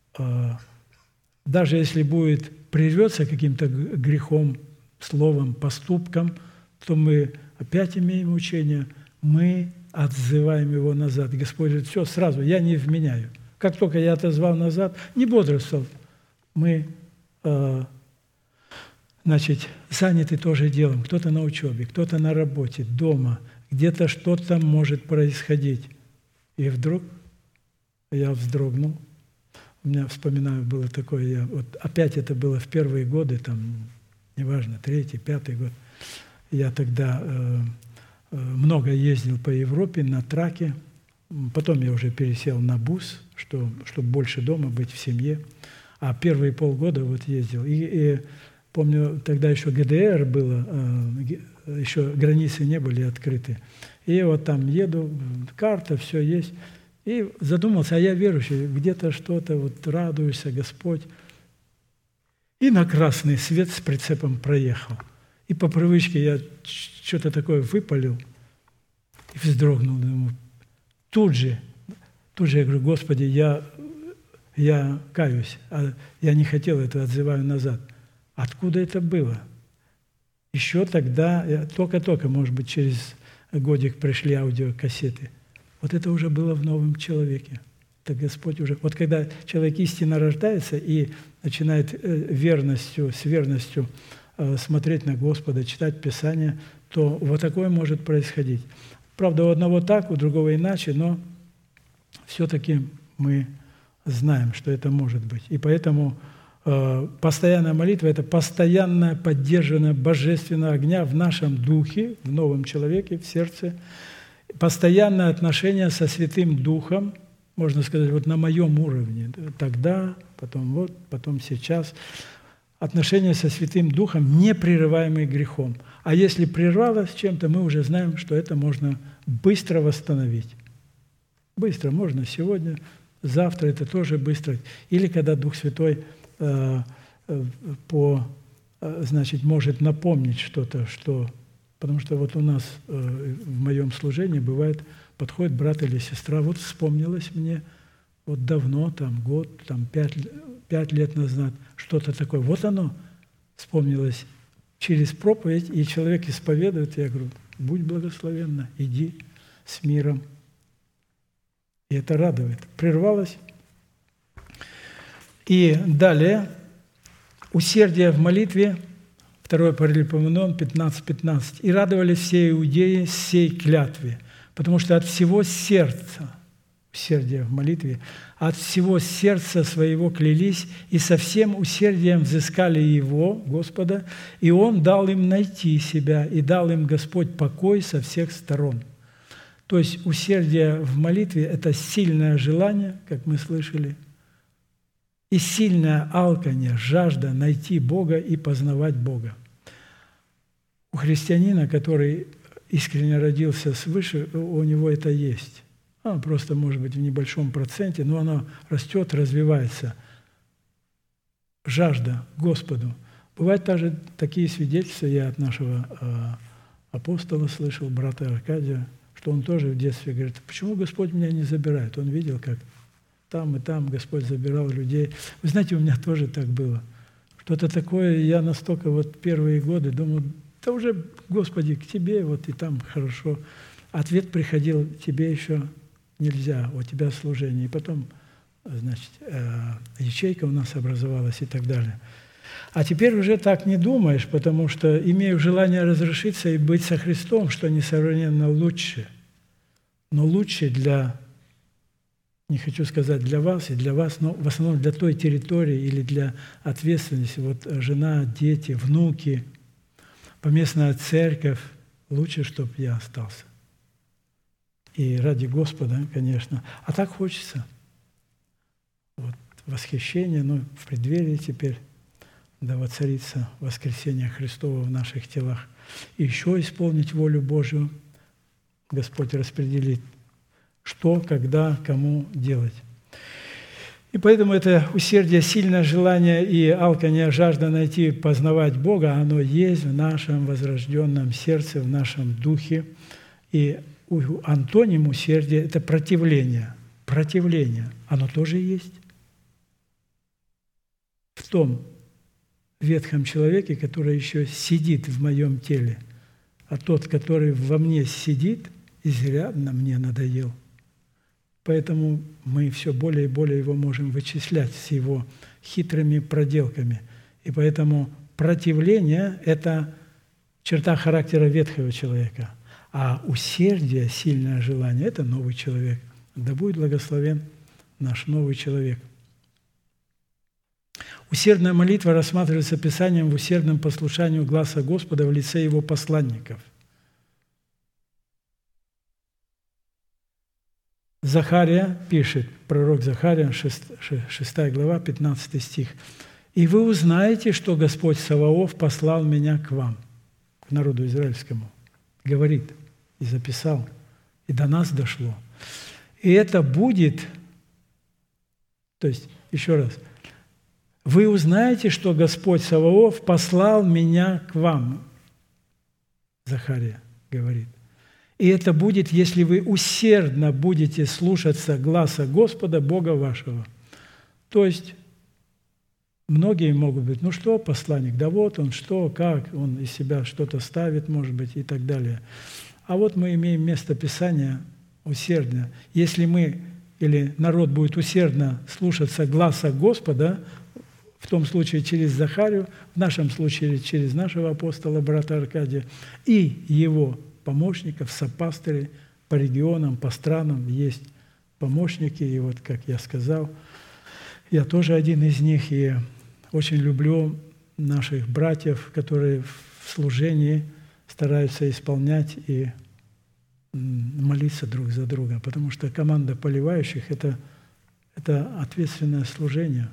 даже если будет прервется каким-то грехом, словом, поступком, то мы опять имеем учение, мы отзываем его назад. Господь говорит, все, сразу, я не вменяю. Как только я отозвал назад, не бодрствовал, мы, заняты тоже делом. Кто-то на учебе, кто-то на работе, дома, где-то что-то может происходить. И вдруг я вздрогнул. У меня, вспоминаю, было такое, опять это было в первые годы, неважно, 3-й, 5-й год. Я тогда много ездил по Европе на траке. Потом я уже пересел на бус, чтобы больше дома быть в семье. А первые полгода ездил. И помню, тогда еще ГДР было, еще границы не были открыты. И там еду, карта, все есть. И задумался, а я верующий, где-то что-то, радуешься, Господь. И на красный свет с прицепом проехал. И по привычке я что-то такое выпалил и вздрогнул. Думаю, тут же я говорю, Господи, я каюсь, а я не хотел это, отзываю назад. Откуда это было? Еще тогда, только-только, может быть, через годик пришли аудиокассеты. Это уже было в новом человеке. Это Господь уже... когда человек истинно рождается и начинает с верностью смотреть на Господа, читать Писание, то такое может происходить. Правда, у одного так, у другого иначе, но все-таки мы знаем, что это может быть. И поэтому постоянная молитва – это постоянное поддерживание божественного огня в нашем духе, в новом человеке, в сердце, постоянное отношение со Святым Духом, можно сказать, на моем уровне, тогда, потом сейчас. Отношения со Святым Духом, не прерываемые грехом. А если прервалось чем-то, мы уже знаем, что это можно быстро восстановить. Быстро можно сегодня, завтра это тоже быстро. Или когда Дух Святой может напомнить что-то, потому что у нас в моем служении бывает, подходит брат или сестра, вспомнилось мне давно, год, 5 лет назад, что-то такое. Оно вспомнилось через проповедь, и человек исповедует, я говорю, будь благословенна, иди с миром. И это радует. Прервалось. И далее, усердие в молитве, 2 Паралипоменон 15:15. «И радовались все иудеи сей клятве, потому что от всего сердца, усердие в молитве, от всего сердца своего клялись и со всем усердием взыскали Его, Господа, и Он дал им найти себя, и дал им Господь покой со всех сторон». То есть усердие в молитве – это сильное желание, как мы слышали, и сильное алканье, жажда найти Бога и познавать Бога. У христианина, который искренне родился свыше, у него это есть. Оно просто, может быть, в небольшом проценте, но оно растет, развивается. Жажда к Господу. Бывают также такие свидетельства, я от нашего апостола слышал, брата Аркадия, что он тоже в детстве говорит, почему Господь меня не забирает? Он видел, как там и там Господь забирал людей. Вы знаете, у меня тоже так было. Что-то такое, я настолько первые годы думал, да уже, Господи, к Тебе, и там хорошо. Ответ приходил, тебе еще нельзя, у тебя служение. И потом, ячейка у нас образовалась и так далее. А теперь уже так не думаешь, потому что имею желание разрешиться и быть со Христом, что несравненно лучше. Но лучше не хочу сказать для вас и для вас, но в основном для той территории или для ответственности. Жена, дети, внуки, поместная церковь. Лучше, чтобы я остался. И ради Господа, конечно. А так хочется. Восхищение, в преддверии теперь, да воцарится воскресение Христово в наших телах. И еще исполнить волю Божию. Господь распределит, что, когда, кому делать. И поэтому это усердие, сильное желание и алканье, жажда найти, познавать Бога, оно есть в нашем возрожденном сердце, в нашем духе. И антоним усердия – это противление. противление, оно тоже есть в том ветхом человеке, который еще сидит в моем теле, а тот, который во мне сидит, изрядно мне надоел. Поэтому мы все более и более его можем вычислять с его хитрыми проделками. И поэтому противление – это черта характера ветхого человека, а усердие, сильное желание – это новый человек. Да будет благословен наш новый человек. Усердная молитва рассматривается Писанием в усердном послушанию гласа Господа в лице Его посланников. Захария пишет, пророк Захария, 6 глава, 15 стих. «И вы узнаете, что Господь Саваоф послал меня к вам, к народу израильскому». Говорит и записал, и до нас дошло. И это будет, то есть, еще раз, «Вы узнаете, что Господь Саваоф послал меня к вам», Захария говорит. «И это будет, если вы усердно будете слушаться гласа Господа, Бога вашего». То есть, многие могут быть, ну что, посланник, да вот он, что, как, он из себя что-то ставит, может быть, и так далее. А вот мы имеем место Писания усердно. Если мы или народ будет усердно слушаться гласа Господа, в том случае через Захарию, в нашем случае через нашего апостола, брата Аркадия, и его помощников, сопастырей по регионам, по странам есть помощники. И вот, как я сказал, я тоже один из них, и очень люблю наших братьев, которые в служении стараются исполнять и молиться друг за друга, потому что команда поливающих – это ответственное служение.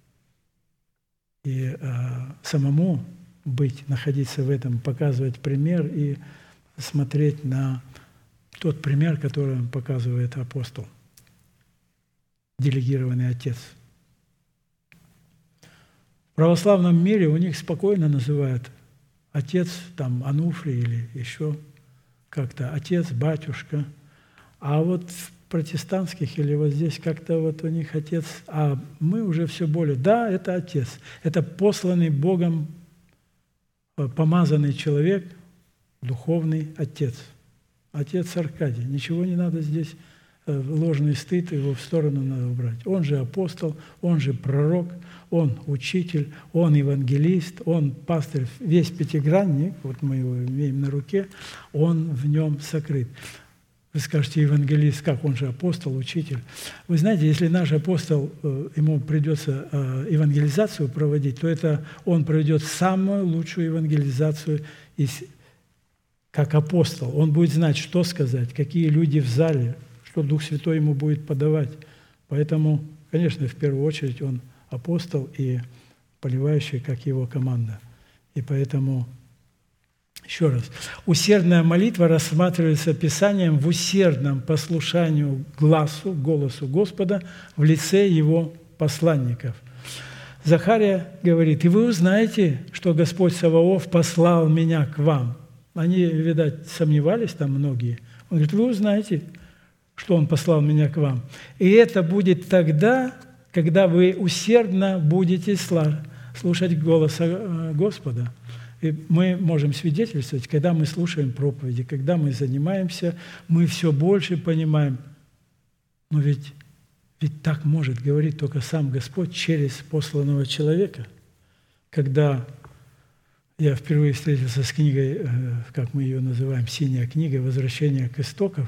И самому быть, находиться в этом, показывать пример и смотреть на тот пример, который показывает апостол, делегированный отец. В православном мире у них спокойно называют отец, там, Ануфрий или еще как-то, отец, батюшка. А вот в протестантских или вот здесь как-то вот у них отец, а мы уже все более, да, это отец, это посланный Богом, помазанный человек, духовный отец. Отец Аркадий. Ничего не надо здесь, ложный стыд, его в сторону надо убрать. Он же апостол, он же пророк, он учитель, он евангелист, он пастырь, весь пятигранник, вот мы его имеем на руке, он в нем сокрыт. Вы скажете, евангелист, как? Он же апостол, учитель. Вы знаете, если наш апостол, ему придется евангелизацию проводить, то это он проведет самую лучшую евангелизацию как апостол. Он будет знать, что сказать, какие люди в зале, что Дух Святой ему будет подавать. Поэтому, конечно, в первую очередь он апостол и поливающий, как его команда. И поэтому... Еще раз. Усердная молитва рассматривается Писанием в усердном послушанию голосу Господа в лице Его посланников. Захария говорит, «И вы узнаете, что Господь Саваоф послал меня к вам». Они, видать, сомневались там многие. Он говорит, вы узнаете, что Он послал меня к вам. И это будет тогда, когда вы усердно будете слушать голоса Господа. И мы можем свидетельствовать, когда мы слушаем проповеди, когда мы занимаемся, мы все больше понимаем. Но ведь так может говорить только сам Господь через посланного человека. Когда я впервые встретился с книгой, как мы ее называем, «Синяя книга. Возвращение к истокам»,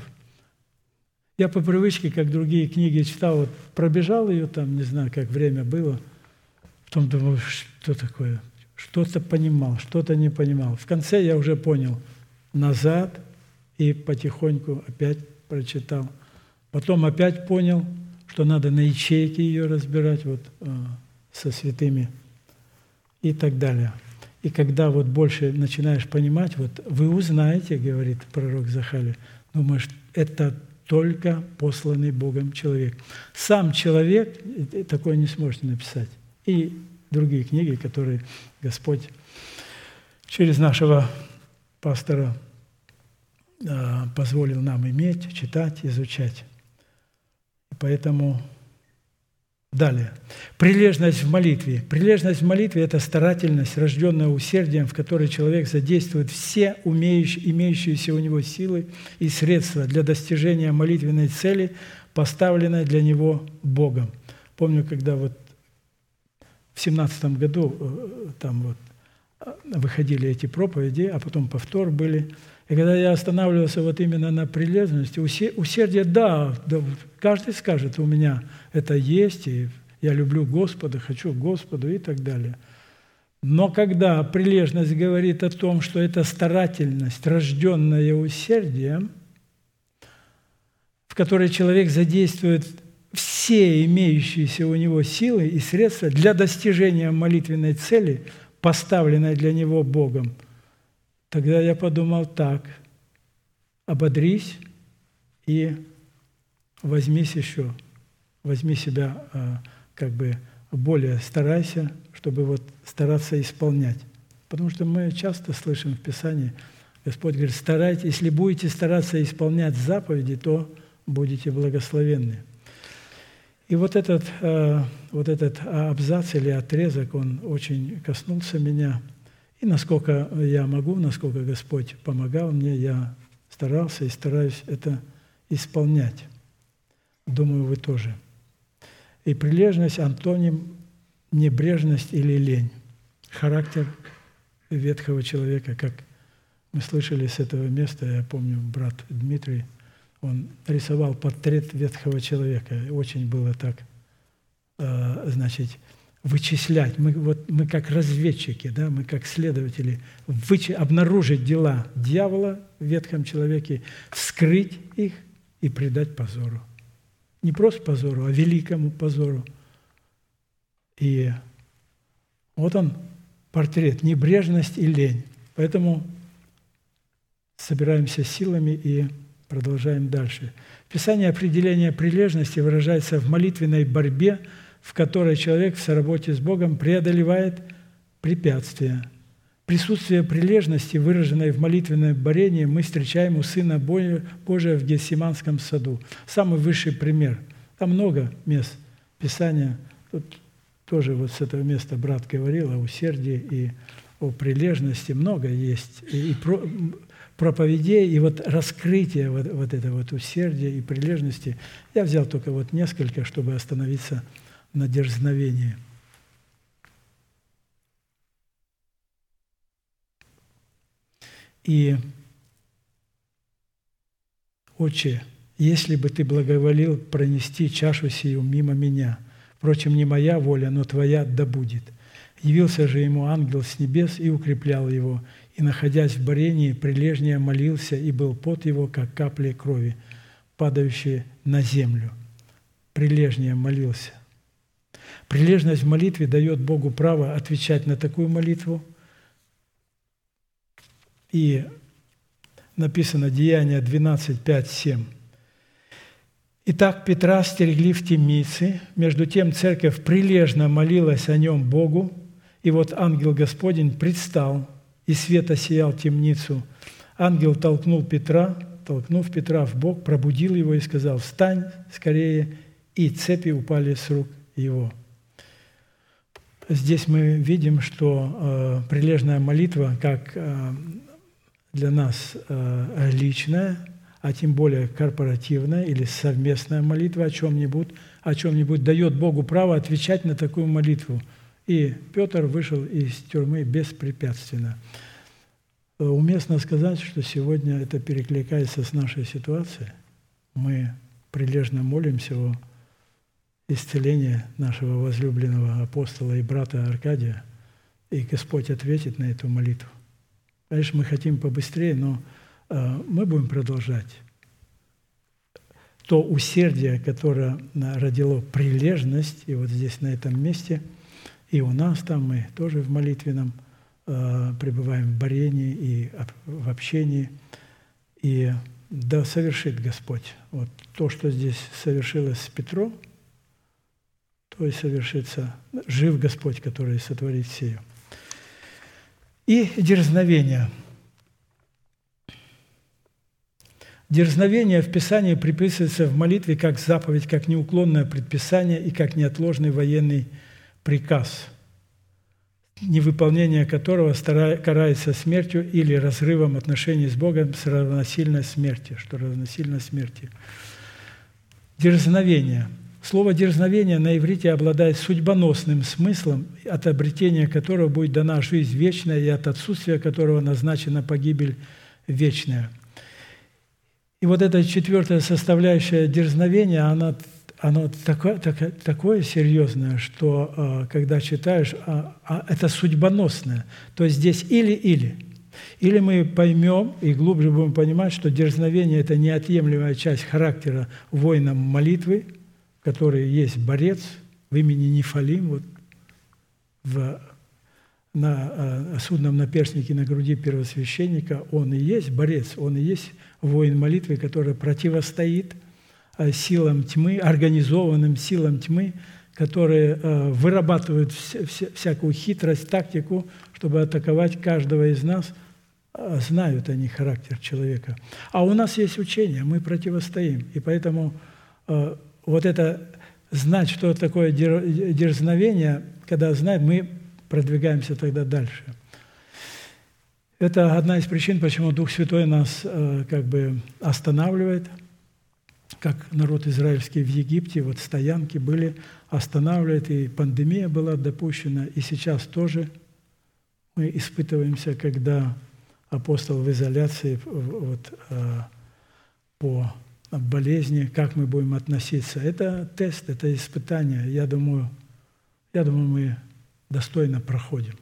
я по привычке, как другие книги читал, вот пробежал ее там, не знаю, как время было, потом думал, что такое – что-то понимал, что-то не понимал. В конце я уже понял назад и потихоньку опять прочитал. Потом опять понял, что надо на ячейки ее разбирать вот, со святыми и так далее. И когда вот больше начинаешь понимать, вот вы узнаете, говорит пророк Захария, думаешь, это только посланный Богом человек. Сам человек такое не сможете написать. И другие книги, которые Господь через нашего пастора позволил нам иметь, читать, изучать. Поэтому далее. Прилежность в молитве. Прилежность в молитве – это старательность, рожденная усердием, в которой человек задействует все имеющиеся у него силы и средства для достижения молитвенной цели, поставленной для него Богом. Помню, когда вот в 17 году там вот выходили эти проповеди, а потом повтор были. И когда я останавливался вот именно на прилежности, усердие, да, каждый скажет, у меня это есть, и я люблю Господа, хочу к Господу и так далее. Но когда прилежность говорит о том, что это старательность, рожденная усердием, в которой человек задействует все имеющиеся у него силы и средства для достижения молитвенной цели, поставленной для него Богом, тогда я подумал так: ободрись и возьми себя как бы более старайся, чтобы вот стараться исполнять. Потому что мы часто слышим в Писании, Господь говорит: старайтесь, если будете стараться исполнять заповеди, то будете благословенны. И вот этот абзац или отрезок, он очень коснулся меня. И насколько я могу, насколько Господь помогал мне, я старался и стараюсь это исполнять. Думаю, вы тоже. И прилежность – антоним небрежность или лень. Характер ветхого человека, как мы слышали с этого места, я помню, брат Дмитрий, он рисовал портрет ветхого человека. Очень было так, вычислять. Мы как разведчики, да, мы как следователи, обнаружить дела дьявола в ветхом человеке, вскрыть их и предать позору. Не просто позору, а великому позору. И вот он, портрет, небрежность и лень. Поэтому собираемся силами и продолжаем дальше. В Писании определение прилежности выражается в молитвенной борьбе, в которой человек в соработе с Богом преодолевает препятствия. Присутствие прилежности, выраженной в молитвенном борении, мы встречаем у Сына Божия в Гефсиманском саду. Самый высший пример. Там много мест Писания. Тут тоже вот с этого места брат говорил о усердии и о прилежности. Много есть. И проповедей, и вот раскрытие вот этого вот усердия и прилежности. Я взял только вот несколько, чтобы остановиться на дерзновении. И, Отче, если бы Ты благоволил пронести чашу сию мимо меня, впрочем, не моя воля, но Твоя да будет. Явился же ему ангел с небес и укреплял его, и, находясь в борении, прилежнее молился, и был пот его, как капли крови, падающие на землю. Прилежнее молился. Прилежность в молитве дает Богу право отвечать на такую молитву. И написано Деяния 12, 5, 7. «Итак, Петра стерегли в темнице, между тем церковь прилежно молилась о нем Богу, и вот ангел Господень предстал, и свет осиял темницу. Ангел толкнув Петра в бок, пробудил его и сказал: «Встань скорее!» И цепи упали с рук его». Здесь мы видим, что прилежная молитва, как для нас личная, а тем более корпоративная или совместная молитва о чем-нибудь, дает Богу право отвечать на такую молитву. И Петр вышел из тюрьмы беспрепятственно. Уместно сказать, что сегодня это перекликается с нашей ситуацией. Мы прилежно молимся о исцелении нашего возлюбленного апостола и брата Аркадия, и Господь ответит на эту молитву. Конечно, мы хотим побыстрее, но мы будем продолжать. То усердие, которое родило прилежность, и вот здесь, на этом месте, и у нас там, мы тоже в молитвенном пребываем в борении и в общении. И да совершит Господь. Вот то, что здесь совершилось с Петром, то и совершится. Жив Господь, который сотворит сие. И дерзновение. Дерзновение в Писании приписывается в молитве как заповедь, как неуклонное предписание и как неотложный военный приказ, невыполнение которого карается смертью или разрывом отношений с Богом с равносильно смерти, что равносильно смерти. Дерзновение. Слово «дерзновение» на иврите обладает судьбоносным смыслом, от обретения которого будет дана жизнь вечная и от отсутствия которого назначена погибель вечная. И вот эта четвертая составляющая дерзновения, оно такое серьезное, что когда читаешь, это судьбоносное. То есть здесь или-или. Или мы поймем и глубже будем понимать, что дерзновение – это неотъемлемая часть характера воина молитвы, в которой есть борец в имени Нефалим, вот на судном наперстнике на груди первосвященника, он и есть борец, он и есть воин молитвы, который противостоит силам тьмы, организованным силам тьмы, которые вырабатывают всякую хитрость, тактику, чтобы атаковать каждого из нас. Знают они характер человека. А у нас есть учение, мы противостоим. И поэтому вот это знать, что такое дерзновение, когда знаем, мы продвигаемся тогда дальше. Это одна из причин, почему Дух Святой нас останавливает, как народ израильский в Египте, вот стоянки были, останавливает, и пандемия была допущена, и сейчас тоже мы испытываемся, когда апостол в изоляции по болезни, как мы будем относиться. Это тест, это испытание. Я думаю, мы достойно проходим.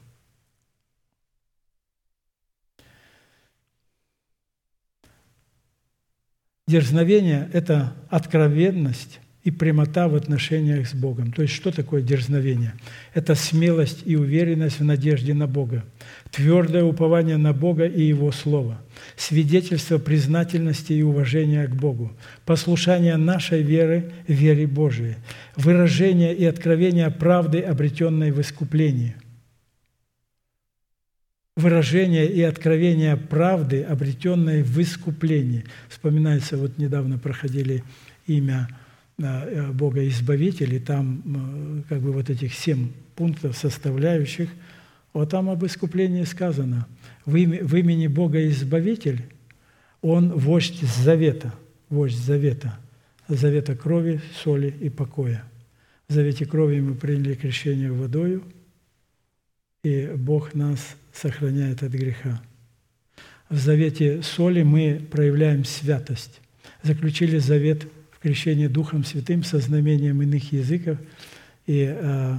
Дерзновение – это откровенность и прямота в отношениях с Богом. То есть что такое дерзновение? Это смелость и уверенность в надежде на Бога, твердое упование на Бога и Его Слово, свидетельство признательности и уважения к Богу, послушание нашей веры вере Божией, выражение и откровение правды, обретенной в искуплении. Выражение и откровение правды, обретенной в искуплении. Вспоминается, вот недавно проходили имя Бога Избавитель, и там вот этих 7 пунктов составляющих, вот там об искуплении сказано. В имени Бога Избавитель Он вождь завета, завета крови, соли и покоя. В завете крови мы приняли крещение водою, и Бог нас сохраняет от греха. В завете соли мы проявляем святость. Заключили завет в крещении Духом Святым со знамением иных языков, и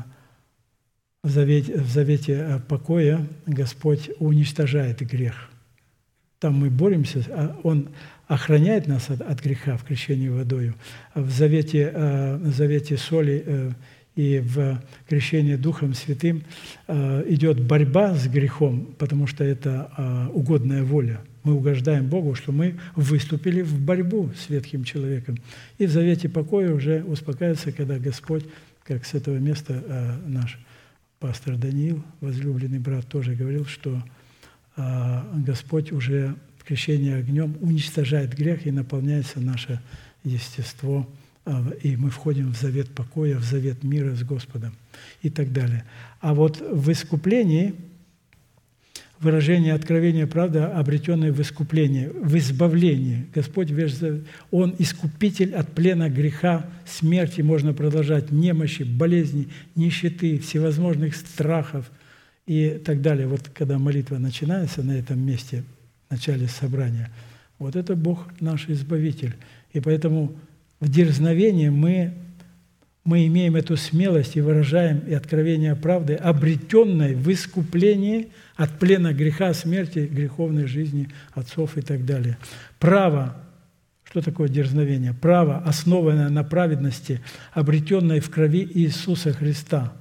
в завете покоя Господь уничтожает грех. Там мы боремся, Он охраняет нас от греха в крещении водою. В завете соли и в крещении Духом Святым идет борьба с грехом, потому что это угодная воля. Мы угождаем Богу, что мы выступили в борьбу с ветхим человеком. И в завете покоя уже успокаивается, когда Господь, как с этого места наш пастор Даниил, возлюбленный брат, тоже говорил, что Господь уже в крещении огнем уничтожает грех, и наполняется наше естество, и мы входим в завет покоя, в завет мира с Господом и так далее. А вот в искуплении выражение откровения правды, обретенное в искуплении, в избавлении. Господь, Он искупитель от плена греха, смерти, можно продолжать, немощи, болезней, нищеты, всевозможных страхов и так далее. Вот когда молитва начинается на этом месте, в начале собрания, вот это Бог наш Избавитель. И поэтому в дерзновении мы имеем эту смелость и выражаем и откровение правды, обретенной в искуплении от плена греха, смерти, греховной жизни отцов и так далее. Право, что такое дерзновение? Право, основанное на праведности, обретенное в крови Иисуса Христа,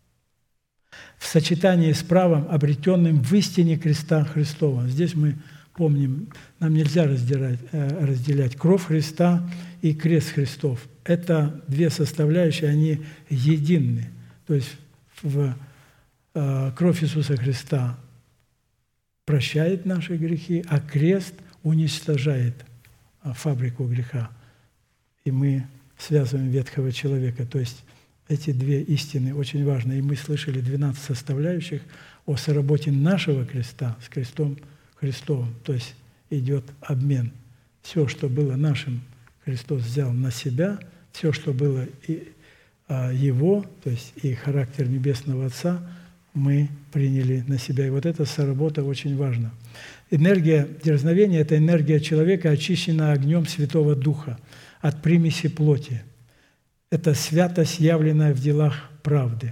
в сочетании с правом, обретенным в истине креста Христова. Здесь мы помним, нам нельзя разделять кровь Христа и крест Христов. Это две составляющие, они едины. То есть кровь Иисуса Христа прощает наши грехи, а крест уничтожает фабрику греха, и мы связываем ветхого человека. То есть эти две истины очень важны. И мы слышали 12 составляющих о соработе нашего креста с крестом Христовым. То есть идет обмен. Все, что было нашим, Христос взял на себя, все, что было Его, то есть и характер Небесного Отца, мы приняли на себя. И вот эта соработа очень важна. Энергия дерзновения – это энергия человека, очищенная огнем Святого Духа от примеси плоти. Это святость, явленная в делах правды.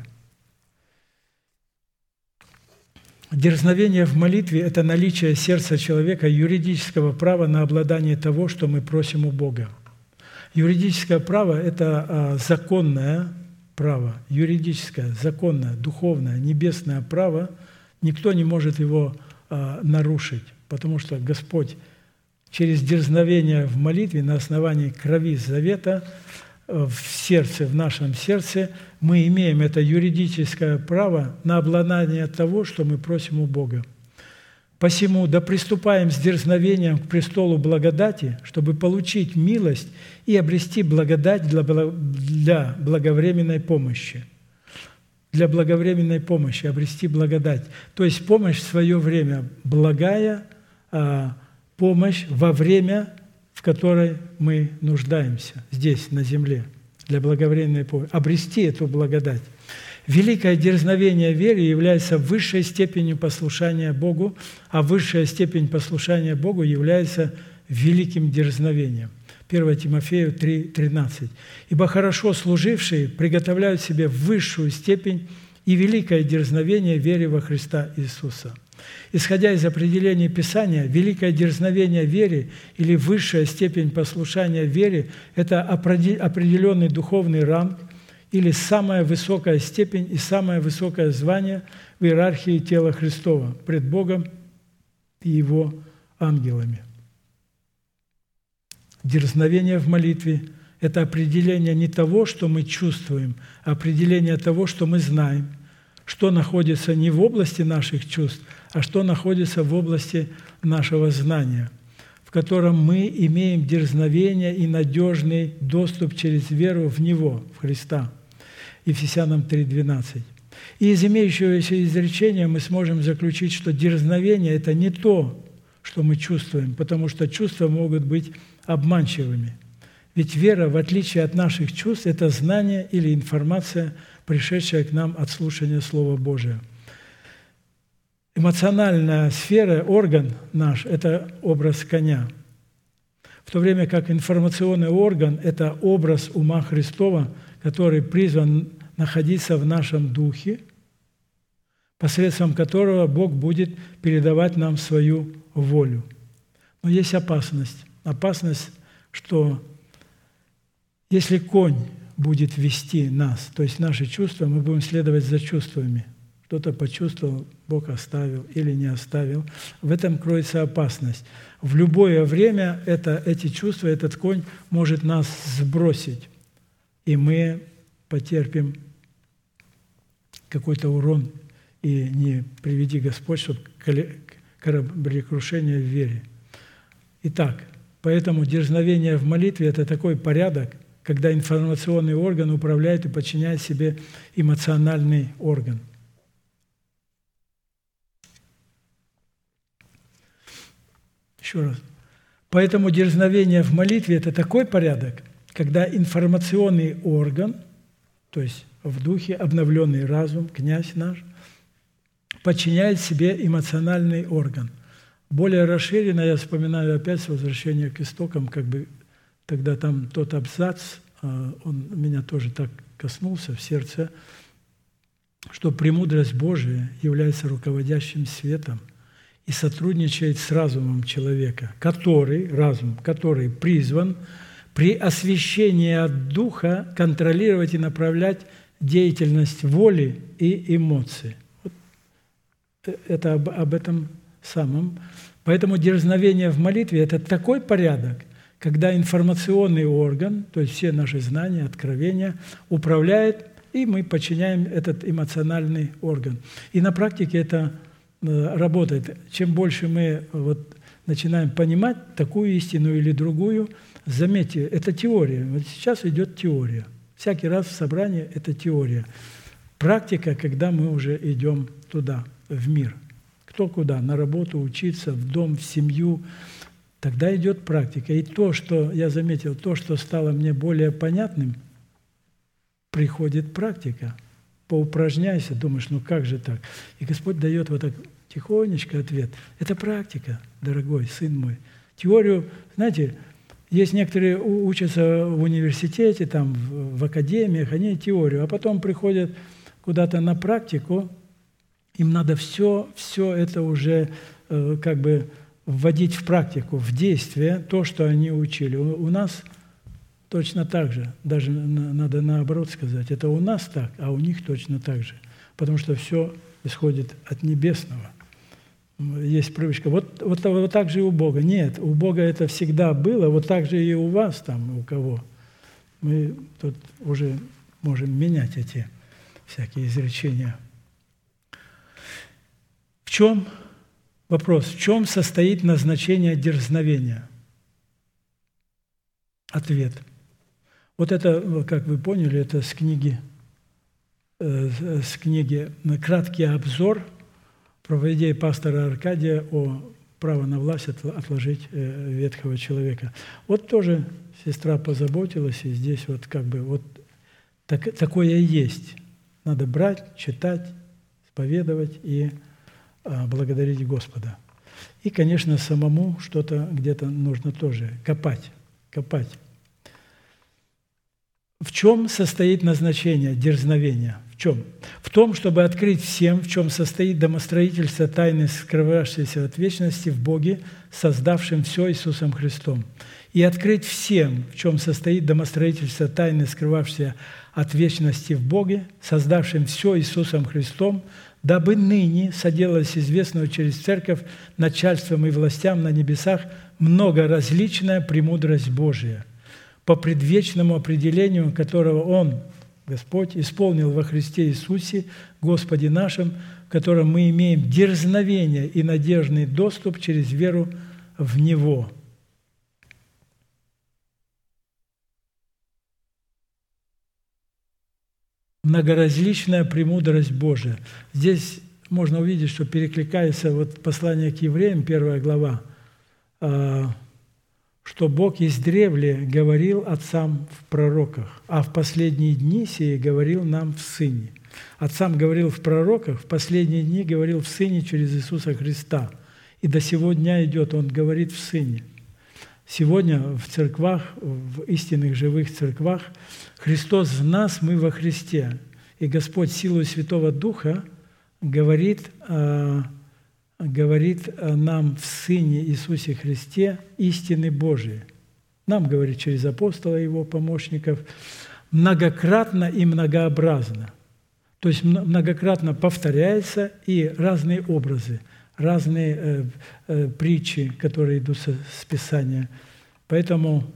Дерзновение в молитве – это наличие сердца человека юридического права на обладание того, что мы просим у Бога. Юридическое право – это законное право, юридическое, законное, духовное, небесное право. Никто не может его нарушить, потому что Господь через дерзновение в молитве на основании крови завета в сердце, в нашем сердце, мы имеем это юридическое право на обладание того, что мы просим у Бога. Посему да приступаем с дерзновением к престолу благодати, чтобы получить милость и обрести благодать для благовременной помощи. Для благовременной помощи обрести благодать. То есть помощь в свое время благая, помощь во время, в которой мы нуждаемся здесь, на земле, для благовременной помощи. Обрести эту благодать. Великое дерзновение веры является высшей степенью послушания Богу, а высшая степень послушания Богу является великим дерзновением. 1 Тимофею 3:13. «Ибо хорошо служившие приготовляют себе высшую степень и великое дерзновение вере во Христа Иисуса». Исходя из определения Писания, великое дерзновение вере или высшая степень послушания вере – это определенный духовный ранг или самая высокая степень и самое высокое звание в иерархии тела Христова пред Богом и Его ангелами. Дерзновение в молитве – это определение не того, что мы чувствуем, а определение того, что мы знаем, что находится не в области наших чувств, а что находится в области нашего знания, в котором мы имеем дерзновение и надежный доступ через веру в Него, в Христа. Ефесянам 3:12. И из имеющегося изречения мы сможем заключить, что дерзновение – это не то, что мы чувствуем, потому что чувства могут быть обманчивыми. Ведь вера, в отличие от наших чувств, это знание или информация, пришедшая к нам от слушания Слова Божия. Эмоциональная сфера, орган наш – это образ коня, в то время как информационный орган – это образ ума Христова, который призван находиться в нашем духе, посредством которого Бог будет передавать нам свою волю. Но есть опасность. Опасность, что если конь будет вести нас, то есть наши чувства, мы будем следовать за чувствами. Кто-то почувствовал, Бог оставил или не оставил. В этом кроется опасность. В любое время эти чувства, этот конь может нас сбросить, и мы потерпим какой-то урон, и не приведи Господь, чтобы кораблекрушение в вере. Итак, поэтому дерзновение в молитве – это такой порядок, когда информационный орган управляет и подчиняет себе эмоциональный орган. Еще раз. Поэтому дерзновение в молитве – это такой порядок, когда информационный орган, то есть в духе обновленный разум, князь наш, подчиняет себе эмоциональный орган. Более расширенно, я вспоминаю опять возвращение к истокам, как бы тогда там тот абзац, он меня тоже так коснулся в сердце, что премудрость Божия является руководящим светом и сотрудничает с разумом человека, который призван при освящении от Духа контролировать и направлять деятельность воли и эмоций. Вот это об этом самом. Поэтому дерзновение в молитве – это такой порядок, когда информационный орган, то есть все наши знания, откровения, управляет, и мы подчиняем этот эмоциональный орган. И на практике это работает. Чем больше мы начинаем понимать такую истину или другую, заметьте, это теория. Вот сейчас идет теория. Всякий раз в собрании это теория. Практика, когда мы уже идем туда, в мир. Кто куда? На работу, учиться, в дом, в семью. Тогда идет практика. И то, что я заметил, то, что стало мне более понятным, приходит практика. Поупражняйся, думаешь, ну как же так? И Господь дает вот так тихонечко ответ. Это практика, дорогой сын мой. Теорию, знаете, есть некоторые учатся в университете, там, в академиях, они теорию, а потом приходят куда-то на практику, им надо все это уже как бы вводить в практику, в действие, то, что они учили. У нас точно так же, даже надо наоборот сказать, это у нас так, а у них точно так же, потому что все исходит от небесного. Есть привычка. Вот так же и у Бога. Нет, у Бога это всегда было, вот так же и у вас там, у кого. Мы тут уже можем менять эти всякие изречения. В чем вопрос? В чем состоит назначение дерзновения? Ответ. Вот это, как вы поняли, это с книги «Краткий обзор» проповедей пастора Аркадия о право на власть отложить ветхого человека. Вот тоже сестра позаботилась, и здесь вот как бы вот такое и есть. Надо брать, читать, исповедовать и благодарить Господа. И, конечно, самому что-то где-то нужно тоже копать. В чем состоит назначение дерзновения? В чем? В том, чтобы открыть всем, в чем состоит домостроительство тайны, скрывающейся от вечности в Боге, создавшем все Иисусом Христом. И открыть всем, в чем состоит домостроительство тайны, скрывавшейся от вечности в Боге, создавшем все Иисусом Христом, дабы ныне соделалось известного через Церковь начальством и властям на небесах многоразличная премудрость Божия, по предвечному определению, которого Он, Господь, исполнил во Христе Иисусе, Господе нашим, в котором мы имеем дерзновение и надежный доступ через веру в Него. Многоразличная премудрость Божия. Здесь можно увидеть, что перекликается вот послание к евреям, 1 глава, что Бог издревле говорил отцам в пророках, а в последние дни сие говорил нам в Сыне. Отцам говорил в пророках, в последние дни говорил в Сыне через Иисуса Христа. И до сего дня идет, Он говорит в Сыне. Сегодня в церквах, в истинных живых церквах, Христос в нас, мы во Христе. И Господь силой Святого Духа говорит нам в Сыне Иисусе Христе истины Божии. Нам говорит через апостола Его, помощников, многократно и многообразно. То есть многократно повторяется и разные образы, разные притчи, которые идут с Писания. Поэтому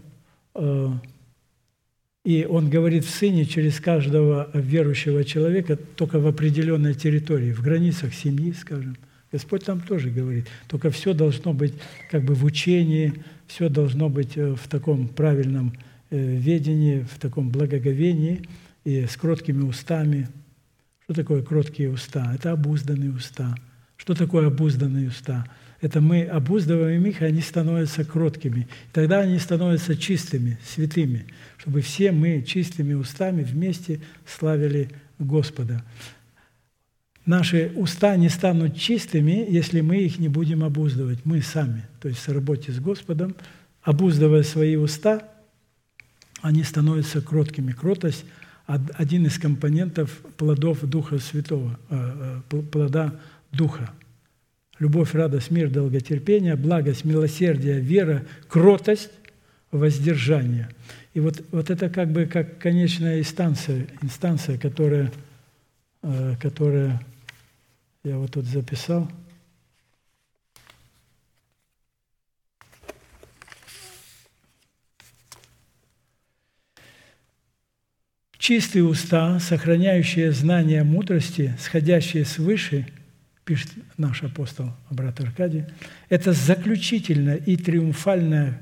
и Он говорит в Сыне через каждого верующего человека только в определенной территории, в границах семьи, скажем. Господь там тоже говорит. Только все должно быть как бы в учении, все должно быть в таком правильном ведении, в таком благоговении и с кроткими устами. Что такое кроткие уста? Это обузданные уста. Что такое обузданные уста? Это мы обуздываем их, и они становятся кроткими. И тогда они становятся чистыми, святыми, чтобы все мы чистыми устами вместе славили Господа. Наши уста не станут чистыми, если мы их не будем обуздывать. Мы сами, то есть в работе с Господом, обуздывая свои уста, они становятся кроткими. Кротость – один из компонентов плодов Духа Святого, плода Духа. Любовь, радость, мир, долготерпение, благость, милосердие, вера, кротость, воздержание. И вот это как бы как конечная инстанция, которая я вот тут записал. Чистые уста, сохраняющие знания мудрости, сходящие свыше, пишет наш апостол, брат Аркадий, это заключительная и триумфальная,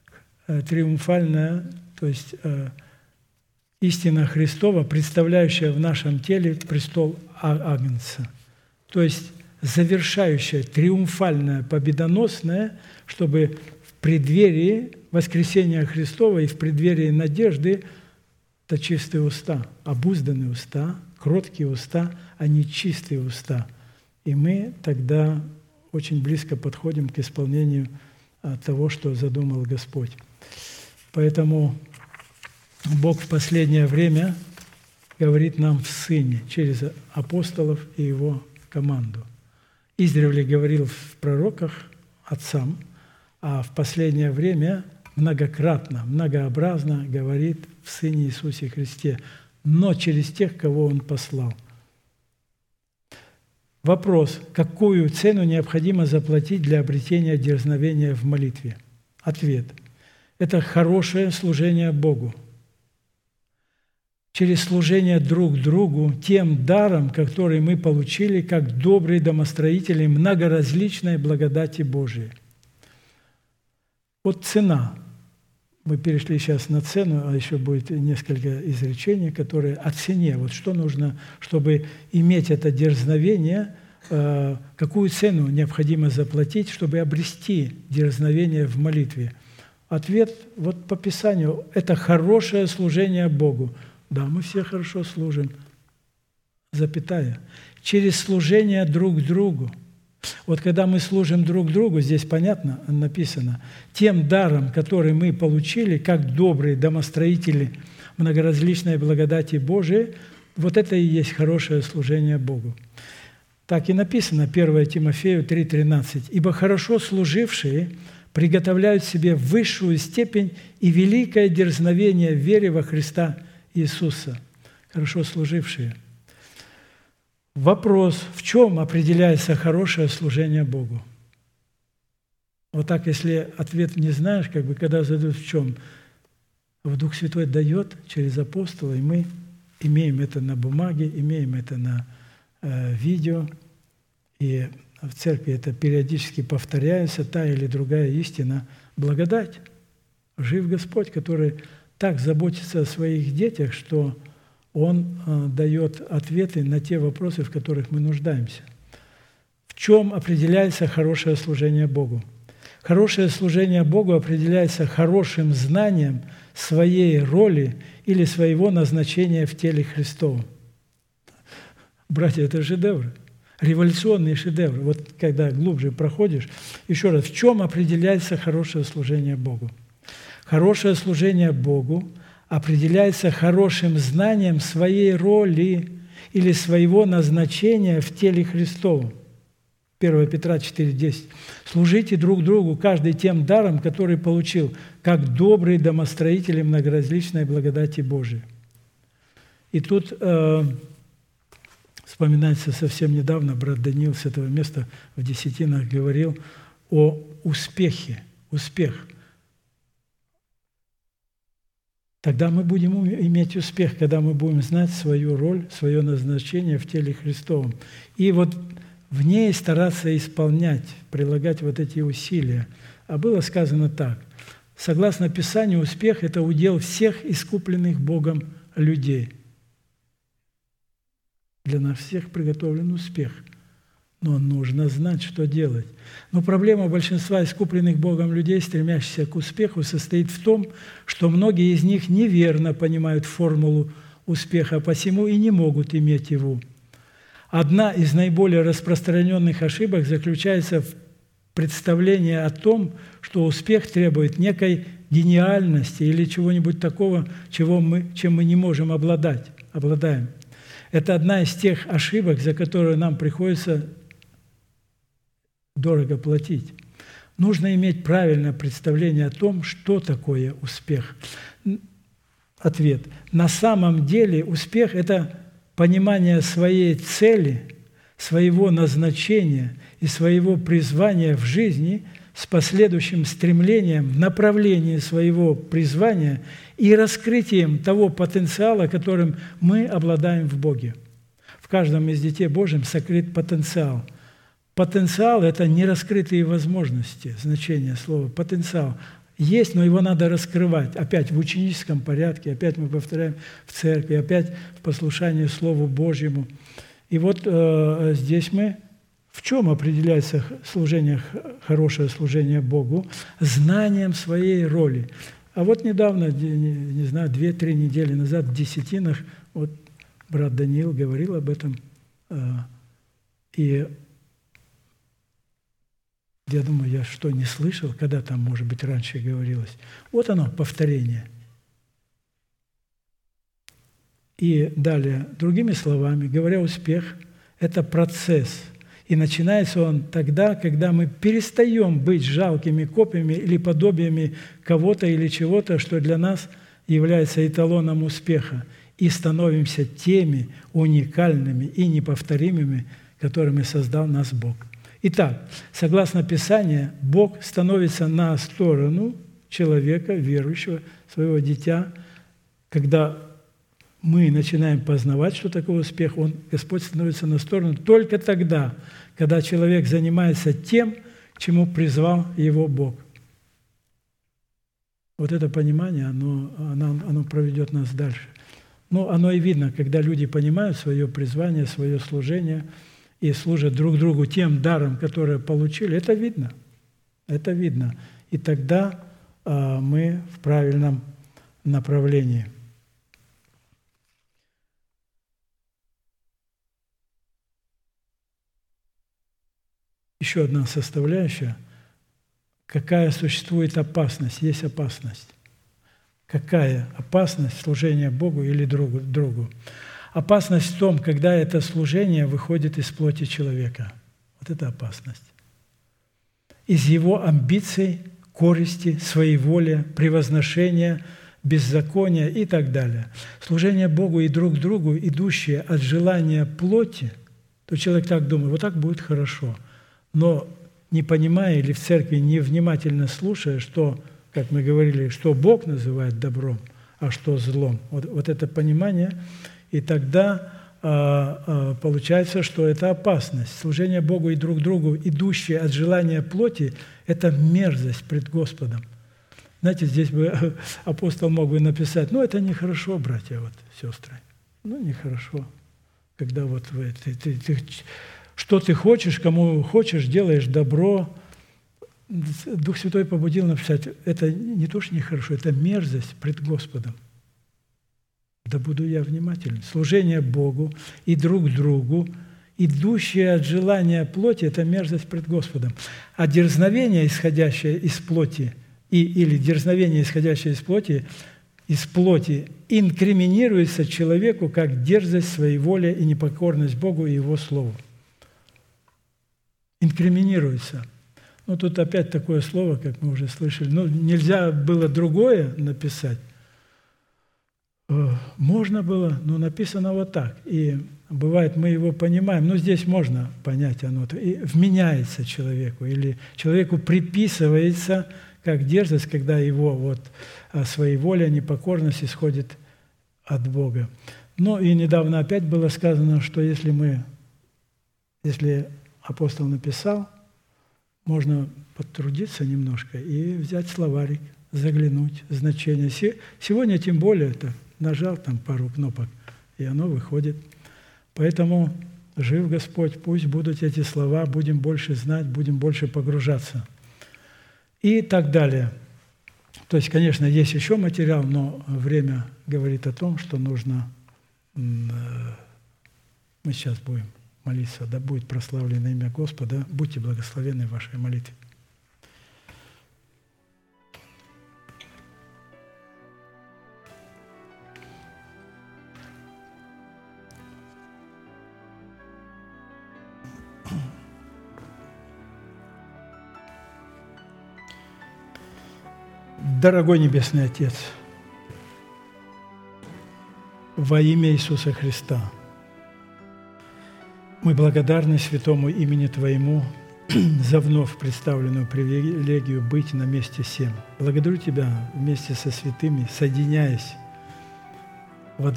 то есть истина Христова, представляющая в нашем теле престол Агнца. То есть завершающая, триумфальная, победоносная, чтобы в преддверии воскресения Христова и в преддверии надежды это чистые уста, обузданные уста, кроткие уста, а не чистые уста. И мы тогда очень близко подходим к исполнению того, что задумал Господь. Поэтому Бог в последнее время говорит нам в Сыне через апостолов и Его команду. Издревле говорил в пророках отцам, а в последнее время многократно, многообразно говорит в Сыне Иисусе Христе, но через тех, кого Он послал. Вопрос: какую цену необходимо заплатить для обретения дерзновения в молитве? Ответ: это хорошее служение Богу. Через служение друг другу тем даром, который мы получили, как добрые домостроители многоразличной благодати Божией. Вот цена. Мы перешли сейчас на цену, а еще будет несколько изречений, которые о цене. Вот что нужно, чтобы иметь это дерзновение, какую цену необходимо заплатить, чтобы обрести дерзновение в молитве. Ответ вот по Писанию – это хорошее служение Богу. Да, мы все хорошо служим, запятая. Через служение друг другу. Вот когда мы служим друг другу, здесь понятно, написано, тем даром, который мы получили, как добрые домостроители многоразличной благодати Божией, вот это и есть хорошее служение Богу. Так и написано, 1 Тимофею 3,13. «Ибо хорошо служившие приготовляют себе высшую степень и великое дерзновение в вере во Христа Иисуса». Хорошо служившие. Вопрос: в чем определяется хорошее служение Богу? Вот так, если ответ не знаешь, когда задают в чем, Дух Святой дает через апостола, и мы имеем это на бумаге, имеем это на видео, и в церкви это периодически повторяется, та или другая истина, благодать. Жив Господь, который так заботится о своих детях, что Он дает ответы на те вопросы, в которых мы нуждаемся. В чем определяется хорошее служение Богу? Хорошее служение Богу определяется хорошим знанием своей роли или своего назначения в теле Христовом. Братья, это шедевр, революционный шедевр. Вот когда глубже проходишь, еще раз, в чем определяется хорошее служение Богу? Хорошее служение Богу определяется хорошим знанием своей роли или своего назначения в теле Христовом. 1 Петра 4,10. «Служите друг другу, каждый тем даром, который получил, как добрые домостроители многоразличной благодати Божией». И тут вспоминается совсем недавно, брат Даниил с этого места в Десятинах говорил о успехе. Успех. Тогда мы будем иметь успех, когда мы будем знать свою роль, свое назначение в теле Христовом. И вот в ней стараться исполнять, прилагать вот эти усилия. А было сказано так. Согласно Писанию, успех – это удел всех искупленных Богом людей. Для нас всех приготовлен успех. Но нужно знать, что делать. Но проблема большинства искупленных Богом людей, стремящихся к успеху, состоит в том, что многие из них неверно понимают формулу успеха, посему и не могут иметь его. Одна из наиболее распространенных ошибок заключается в представлении о том, что успех требует некой гениальности или чего-нибудь такого, чем мы не можем обладаем. Это одна из тех ошибок, за которую нам приходится дорого платить. Нужно иметь правильное представление о том, что такое успех. Ответ. На самом деле успех – это понимание своей цели, своего назначения и своего призвания в жизни с последующим стремлением в направлении своего призвания и раскрытием того потенциала, которым мы обладаем в Боге. В каждом из детей Божьих сокрыт потенциал. Потенциал – это нераскрытые возможности, значение слова «потенциал». Есть, но его надо раскрывать. Опять в ученическом порядке, опять мы повторяем в церкви, опять в послушании Слову Божьему. И вот здесь мы… В чем определяется служение, хорошее служение Богу? Знанием своей роли. А вот недавно, не знаю, 2-3 недели назад в десятинах, вот брат Даниил говорил об этом, и я думаю, я что, не слышал, когда там, может быть, раньше говорилось? Вот оно, повторение. И далее, другими словами, говоря, успех – это процесс. И начинается он тогда, когда мы перестаем быть жалкими копиями или подобиями кого-то или чего-то, что для нас является эталоном успеха, и становимся теми уникальными и неповторимыми, которыми создал нас Бог. Итак, согласно Писанию, Бог становится на сторону человека, верующего, своего дитя, когда мы начинаем познавать, что такое успех, Господь становится на сторону только тогда, когда человек занимается тем, чему призвал его Бог. Вот это понимание, оно проведет нас дальше. Но оно и видно, когда люди понимают свое призвание, свое служение и служат друг другу тем даром, который получили, это видно. Это видно. И тогда мы в правильном направлении. Еще одна составляющая. Какая существует опасность? Есть опасность. Какая опасность служения Богу или другу? Опасность в том, когда это служение выходит из плоти человека. Вот это опасность. Из его амбиций, корысти, своеволия, превозношения, беззакония и так далее. Служение Богу и друг другу, идущее от желания плоти, то человек так думает, вот так будет хорошо. Но не понимая или в церкви невнимательно слушая, что, как мы говорили, что Бог называет добром, а что злом. Вот это понимание, и тогда получается, что это опасность. Служение Богу и друг другу, идущее от желания плоти, это мерзость пред Господом. Знаете, здесь бы апостол мог бы написать, это нехорошо, братья, сестры. Нехорошо, когда ты что ты хочешь, кому хочешь, делаешь добро. Дух Святой побудил написать, это не то, что нехорошо, это мерзость пред Господом. Да буду я внимателен. Служение Богу и друг другу, идущее от желания плоти, это мерзость пред Господом. А дерзновение, исходящее из плоти, или дерзновение, исходящее из плоти, инкриминируется человеку как дерзость, своеволие и непокорность Богу и Его Слову. Инкриминируется. Тут опять такое слово, как мы уже слышали. Нельзя было другое написать. Можно было, но написано вот так. И бывает, мы его понимаем, но здесь можно понять оно. И вменяется человеку, или человеку приписывается как дерзость, когда его своеволие, непокорность исходит от Бога. И недавно опять было сказано, что если апостол написал, можно потрудиться немножко и взять словарик, заглянуть, значение. Сегодня тем более нажал там пару кнопок, и оно выходит. Поэтому жив Господь, пусть будут эти слова, будем больше знать, будем больше погружаться. И так далее. То есть, конечно, есть еще материал, но время говорит о том, что нужно… Мы сейчас будем молиться, да будет прославлено имя Господа. Будьте благословенны в вашей молитве. Дорогой Небесный Отец, во имя Иисуса Христа, мы благодарны святому имени Твоему за вновь представленную привилегию быть на месте сем. Благодарю Тебя вместе со святыми, соединяясь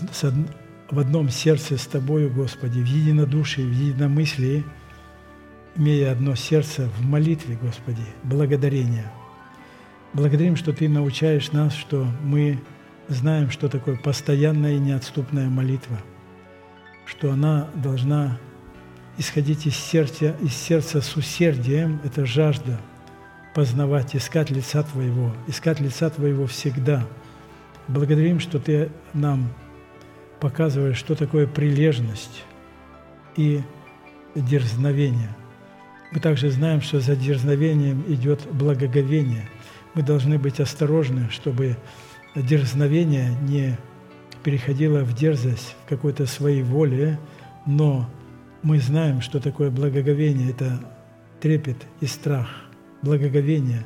в одном сердце с Тобою, Господи, в единодушии, в единомыслии. имея одно сердце в молитве, Господи, благодарения. Благодарим, что Ты научаешь нас, что мы знаем, что такое постоянная и неотступная молитва, что она должна исходить из сердца с усердием, это жажда познавать, искать лица Твоего всегда. Благодарим, что Ты нам показываешь, что такое прилежность и дерзновение. Мы также знаем, что за дерзновением идет благоговение. Мы должны быть осторожны, чтобы дерзновение не переходило в дерзость, в какой-то своеволие, но мы знаем, что такое благоговение – это трепет и страх, благоговение,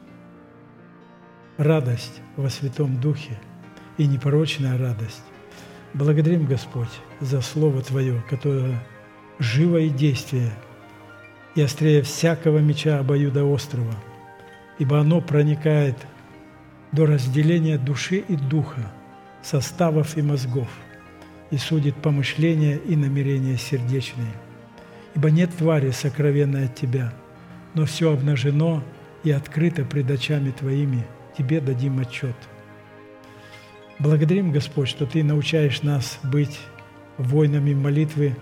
радость во Святом Духе и непорочная радость. Благодарим, Господь, за Слово Твое, которое живо и действие, и острее всякого меча обоюдоострого, ибо оно проникает до разделения души и духа, составов и мозгов, и судит помышления и намерения сердечные. Ибо нет твари сокровенной от Тебя, но все обнажено и открыто пред очами Твоими, Тебе дадим отчет. Благодарим, Господь, что Ты научаешь нас быть воинами молитвы,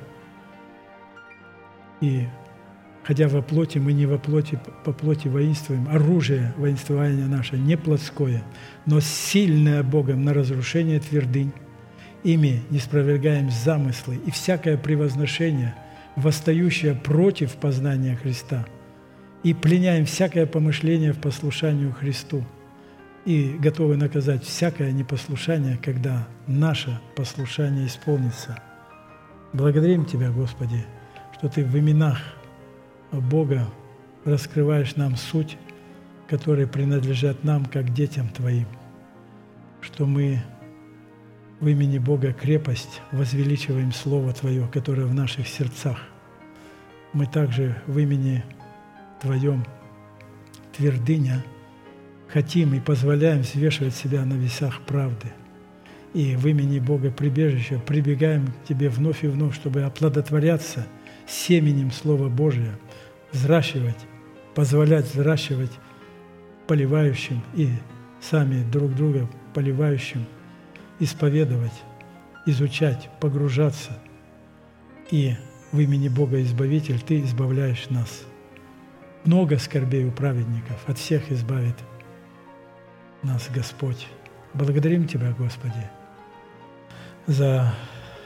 и хотя во плоти, мы не во плоти, по плоти воинствуем. Оружие воинствования наше не плотское, но сильное Богом на разрушение твердынь. Ими не спровергаем замыслы и всякое превозношение, восстающее против познания Христа, и пленяем всякое помышление в послушанию Христу, и готовы наказать всякое непослушание, когда наше послушание исполнится. Благодарим Тебя, Господи, что Ты в именах Бога раскрываешь нам суть, которые принадлежат нам, как детям Твоим, что мы в имени Бога крепость возвеличиваем Слово Твое, которое в наших сердцах. Мы также в имени Твоем твердыня хотим и позволяем взвешивать себя на весах правды. И в имени Бога прибежища прибегаем к Тебе вновь и вновь, чтобы оплодотворяться семенем Слова Божия, взращивать, позволять взращивать поливающим и сами друг друга поливающим, исповедовать, изучать, погружаться. И в имени Бога Избавитель Ты избавляешь нас. Много скорбей у праведников, от всех избавит нас Господь. Благодарим Тебя, Господи, за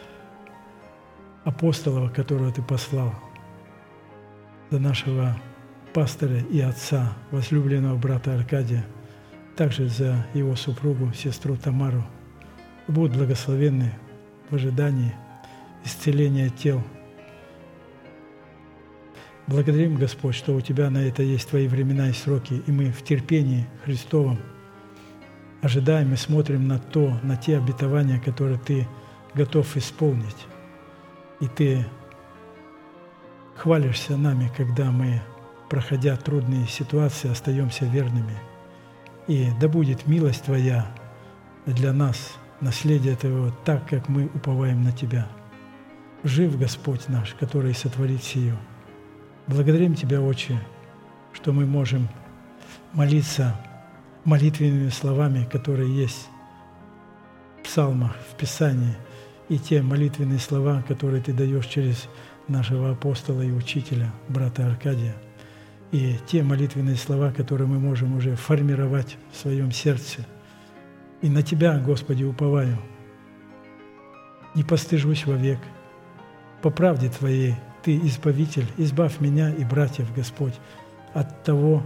апостола, которого Ты послал, за нашего пастыря и отца, возлюбленного брата Аркадия, также за его супругу, сестру Тамару. Будут благословенны в ожидании исцеления тел. Благодарим, Господь, что у Тебя на это есть Твои времена и сроки, и мы в терпении Христовом ожидаем и смотрим на те обетования, которые Ты готов исполнить. И Ты хвалишься нами, когда мы, проходя трудные ситуации, остаемся верными. И да будет милость Твоя для нас, наследие Твоего, так, как мы уповаем на Тебя. Жив Господь наш, который сотворит сию. Благодарим Тебя, Отче, что мы можем молиться молитвенными словами, которые есть в псалмах, в Писании, и те молитвенные слова, которые Ты даешь через нашего апостола и учителя, брата Аркадия, и те молитвенные слова, которые мы можем уже формировать в своем сердце. И на Тебя, Господи, уповаю. Не постыжусь вовек. По правде Твоей Ты Избавитель, избавь меня и братьев, Господь, от того,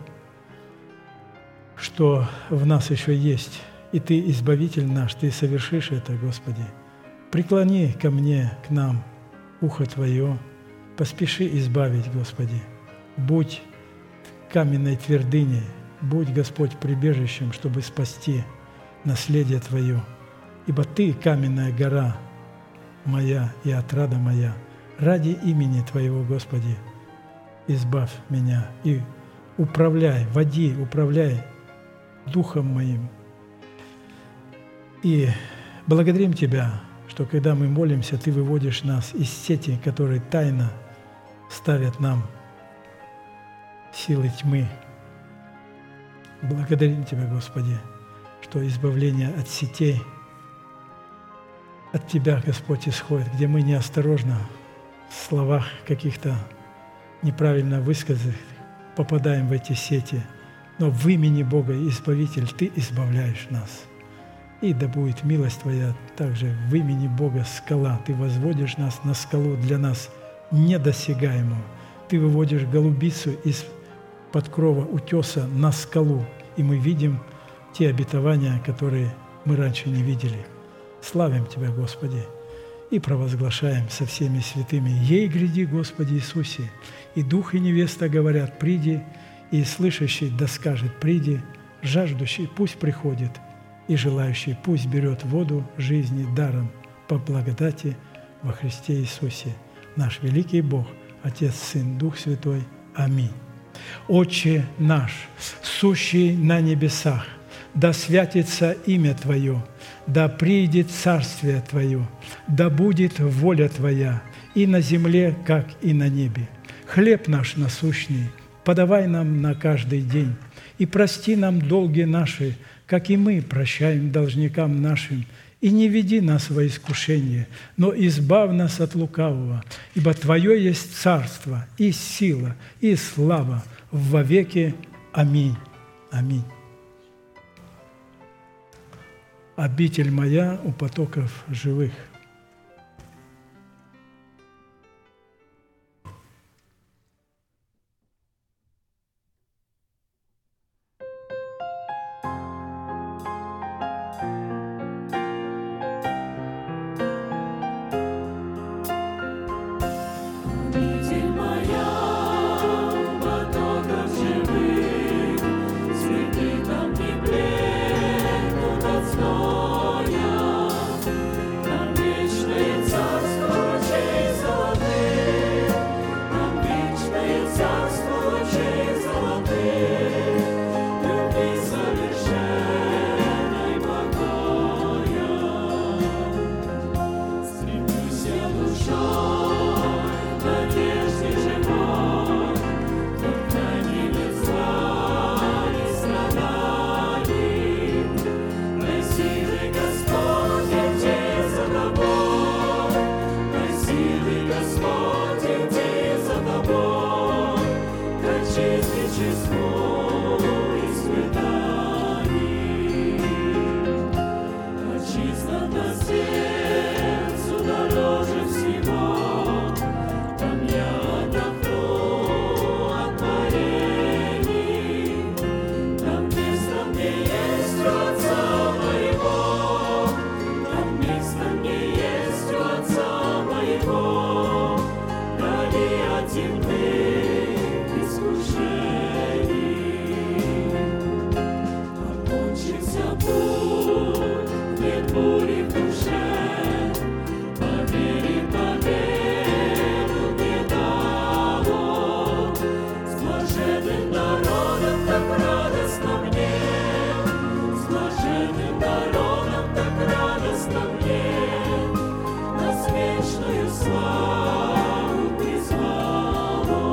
что в нас еще есть. И Ты Избавитель наш, Ты совершишь это, Господи. Преклони ко мне, к нам, ухо Твое, поспеши избавить, Господи. Будь каменной твердыней, будь, Господь, прибежищем, чтобы спасти наследие Твое. Ибо Ты каменная гора моя и отрада моя. Ради имени Твоего, Господи, избавь меня и управляй, управляй Духом моим. И благодарим Тебя, что когда мы молимся, Ты выводишь нас из сети, которые тайно ставят нам силы тьмы. Благодарим Тебя, Господи, что избавление от сетей от Тебя, Господь, исходит, где мы неосторожно в словах каких-то неправильно высказанных попадаем в эти сети. Но в имени Бога, Избавитель, Ты избавляешь нас. И да будет милость Твоя также в имени Бога скала. Ты возводишь нас на скалу для нас недосягаемую. Ты выводишь голубицу из-под крова утеса на скалу, и мы видим те обетования, которые мы раньше не видели. Славим Тебя, Господи, и провозглашаем со всеми святыми: «Ей гряди, Господи Иисусе!» И дух и невеста говорят: «Приди!» И слышащий да скажет: «Приди!» Жаждущий пусть приходит, и желающий пусть берет воду жизни даром по благодати во Христе Иисусе. Наш великий Бог, Отец, Сын, Дух Святой. Аминь. Отче наш, сущий на небесах, да святится имя Твое, да приидет царствие Твое, да будет воля Твоя и на земле, как и на небе. Хлеб наш насущный подавай нам на каждый день, и прости нам долги наши, как и мы прощаем должникам нашим, и не веди нас во искушение, но избавь нас от лукавого, ибо Твое есть царство, и сила, и слава вовеки. Аминь. Аминь. Обитель моя у потоков живых. Обитель моя у потоков живых, цветы там не блекнут от зноя, там вечное царство лучей золотых, там вечное царство лучей золотых, любви совершенной покоя. Стремлюсь я душой надежде живой, тот край нет зла и страданий. Дай силы, Господь, идти за Тобой, дай силы, Господь, идти за Тобой, очисти честну испытаний. Очистота сердцу дороже всего, там я отдохну от морений, там место мне есть у Отца моего, там место мне есть у Отца моего, дали от земных искушений. Окончился путь, нет бури в душе, по вере победу мне дало. С блаженным народом так радостно мне, с блаженным народом так радостно мне, нас вечную славу призвало.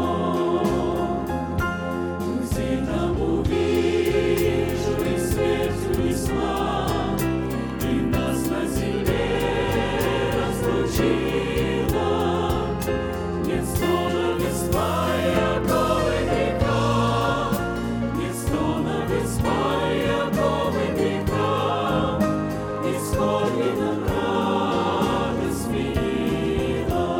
Друзей там увижу и смерть унесла, и нас на земле разлучила. Нет стона весьма и оковы греха, нет стона весьма и оковы греха, исходит радость сменила.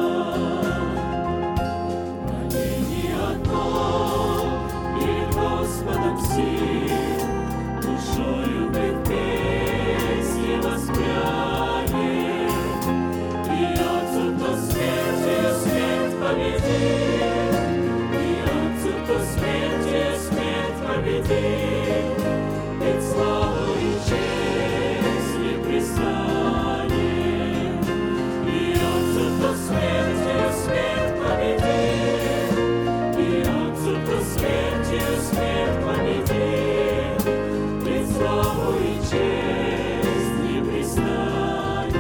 Моление одно перед Господом сил, душою мы в песне воспрянем, и Отцу то смертью смерть победил, и Отцу то смертью смерть победил, ведь славу и честь не пристанем. И Отцу то смертью смерть победил, и Отцу то смертью смерть победил, ведь славу и честь не пристанем.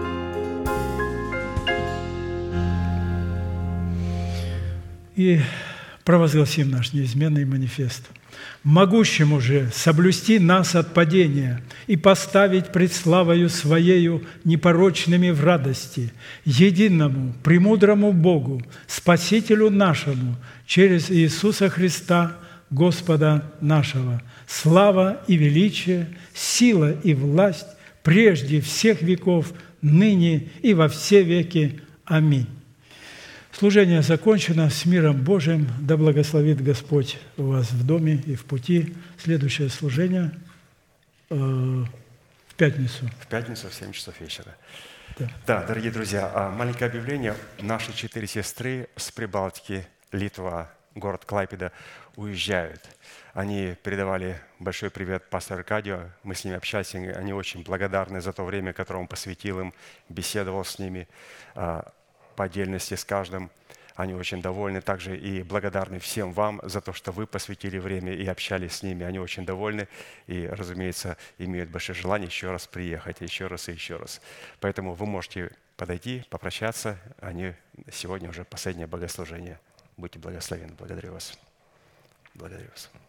И провозгласим наш неизменный манифест. «Могущему же соблюсти нас от падения и поставить пред славою Своею непорочными в радости, единому, премудрому Богу, Спасителю нашему, через Иисуса Христа, Господа нашего, слава и величие, сила и власть прежде всех веков, ныне и во все веки. Аминь». Служение закончено. С миром Божиим. Да благословит Господь вас в доме и в пути. Следующее служение в пятницу. В пятницу в 7 часов вечера. Да. Да, дорогие друзья, маленькое объявление. Наши 4 сестры с Прибалтики, Литва, город Клайпеда, уезжают. Они передавали большой привет пастору Аркадию. Мы с ними общались, они очень благодарны за то время, которое он посвятил им, беседовал с ними по отдельности с каждым. Они очень довольны. Также и благодарны всем вам за то, что вы посвятили время и общались с ними. Они очень довольны и, разумеется, имеют большое желание еще раз приехать, еще раз и еще раз. Поэтому вы можете подойти, попрощаться. Они сегодня уже последнее богослужение. Будьте благословенны. Благодарю вас. Благодарю вас.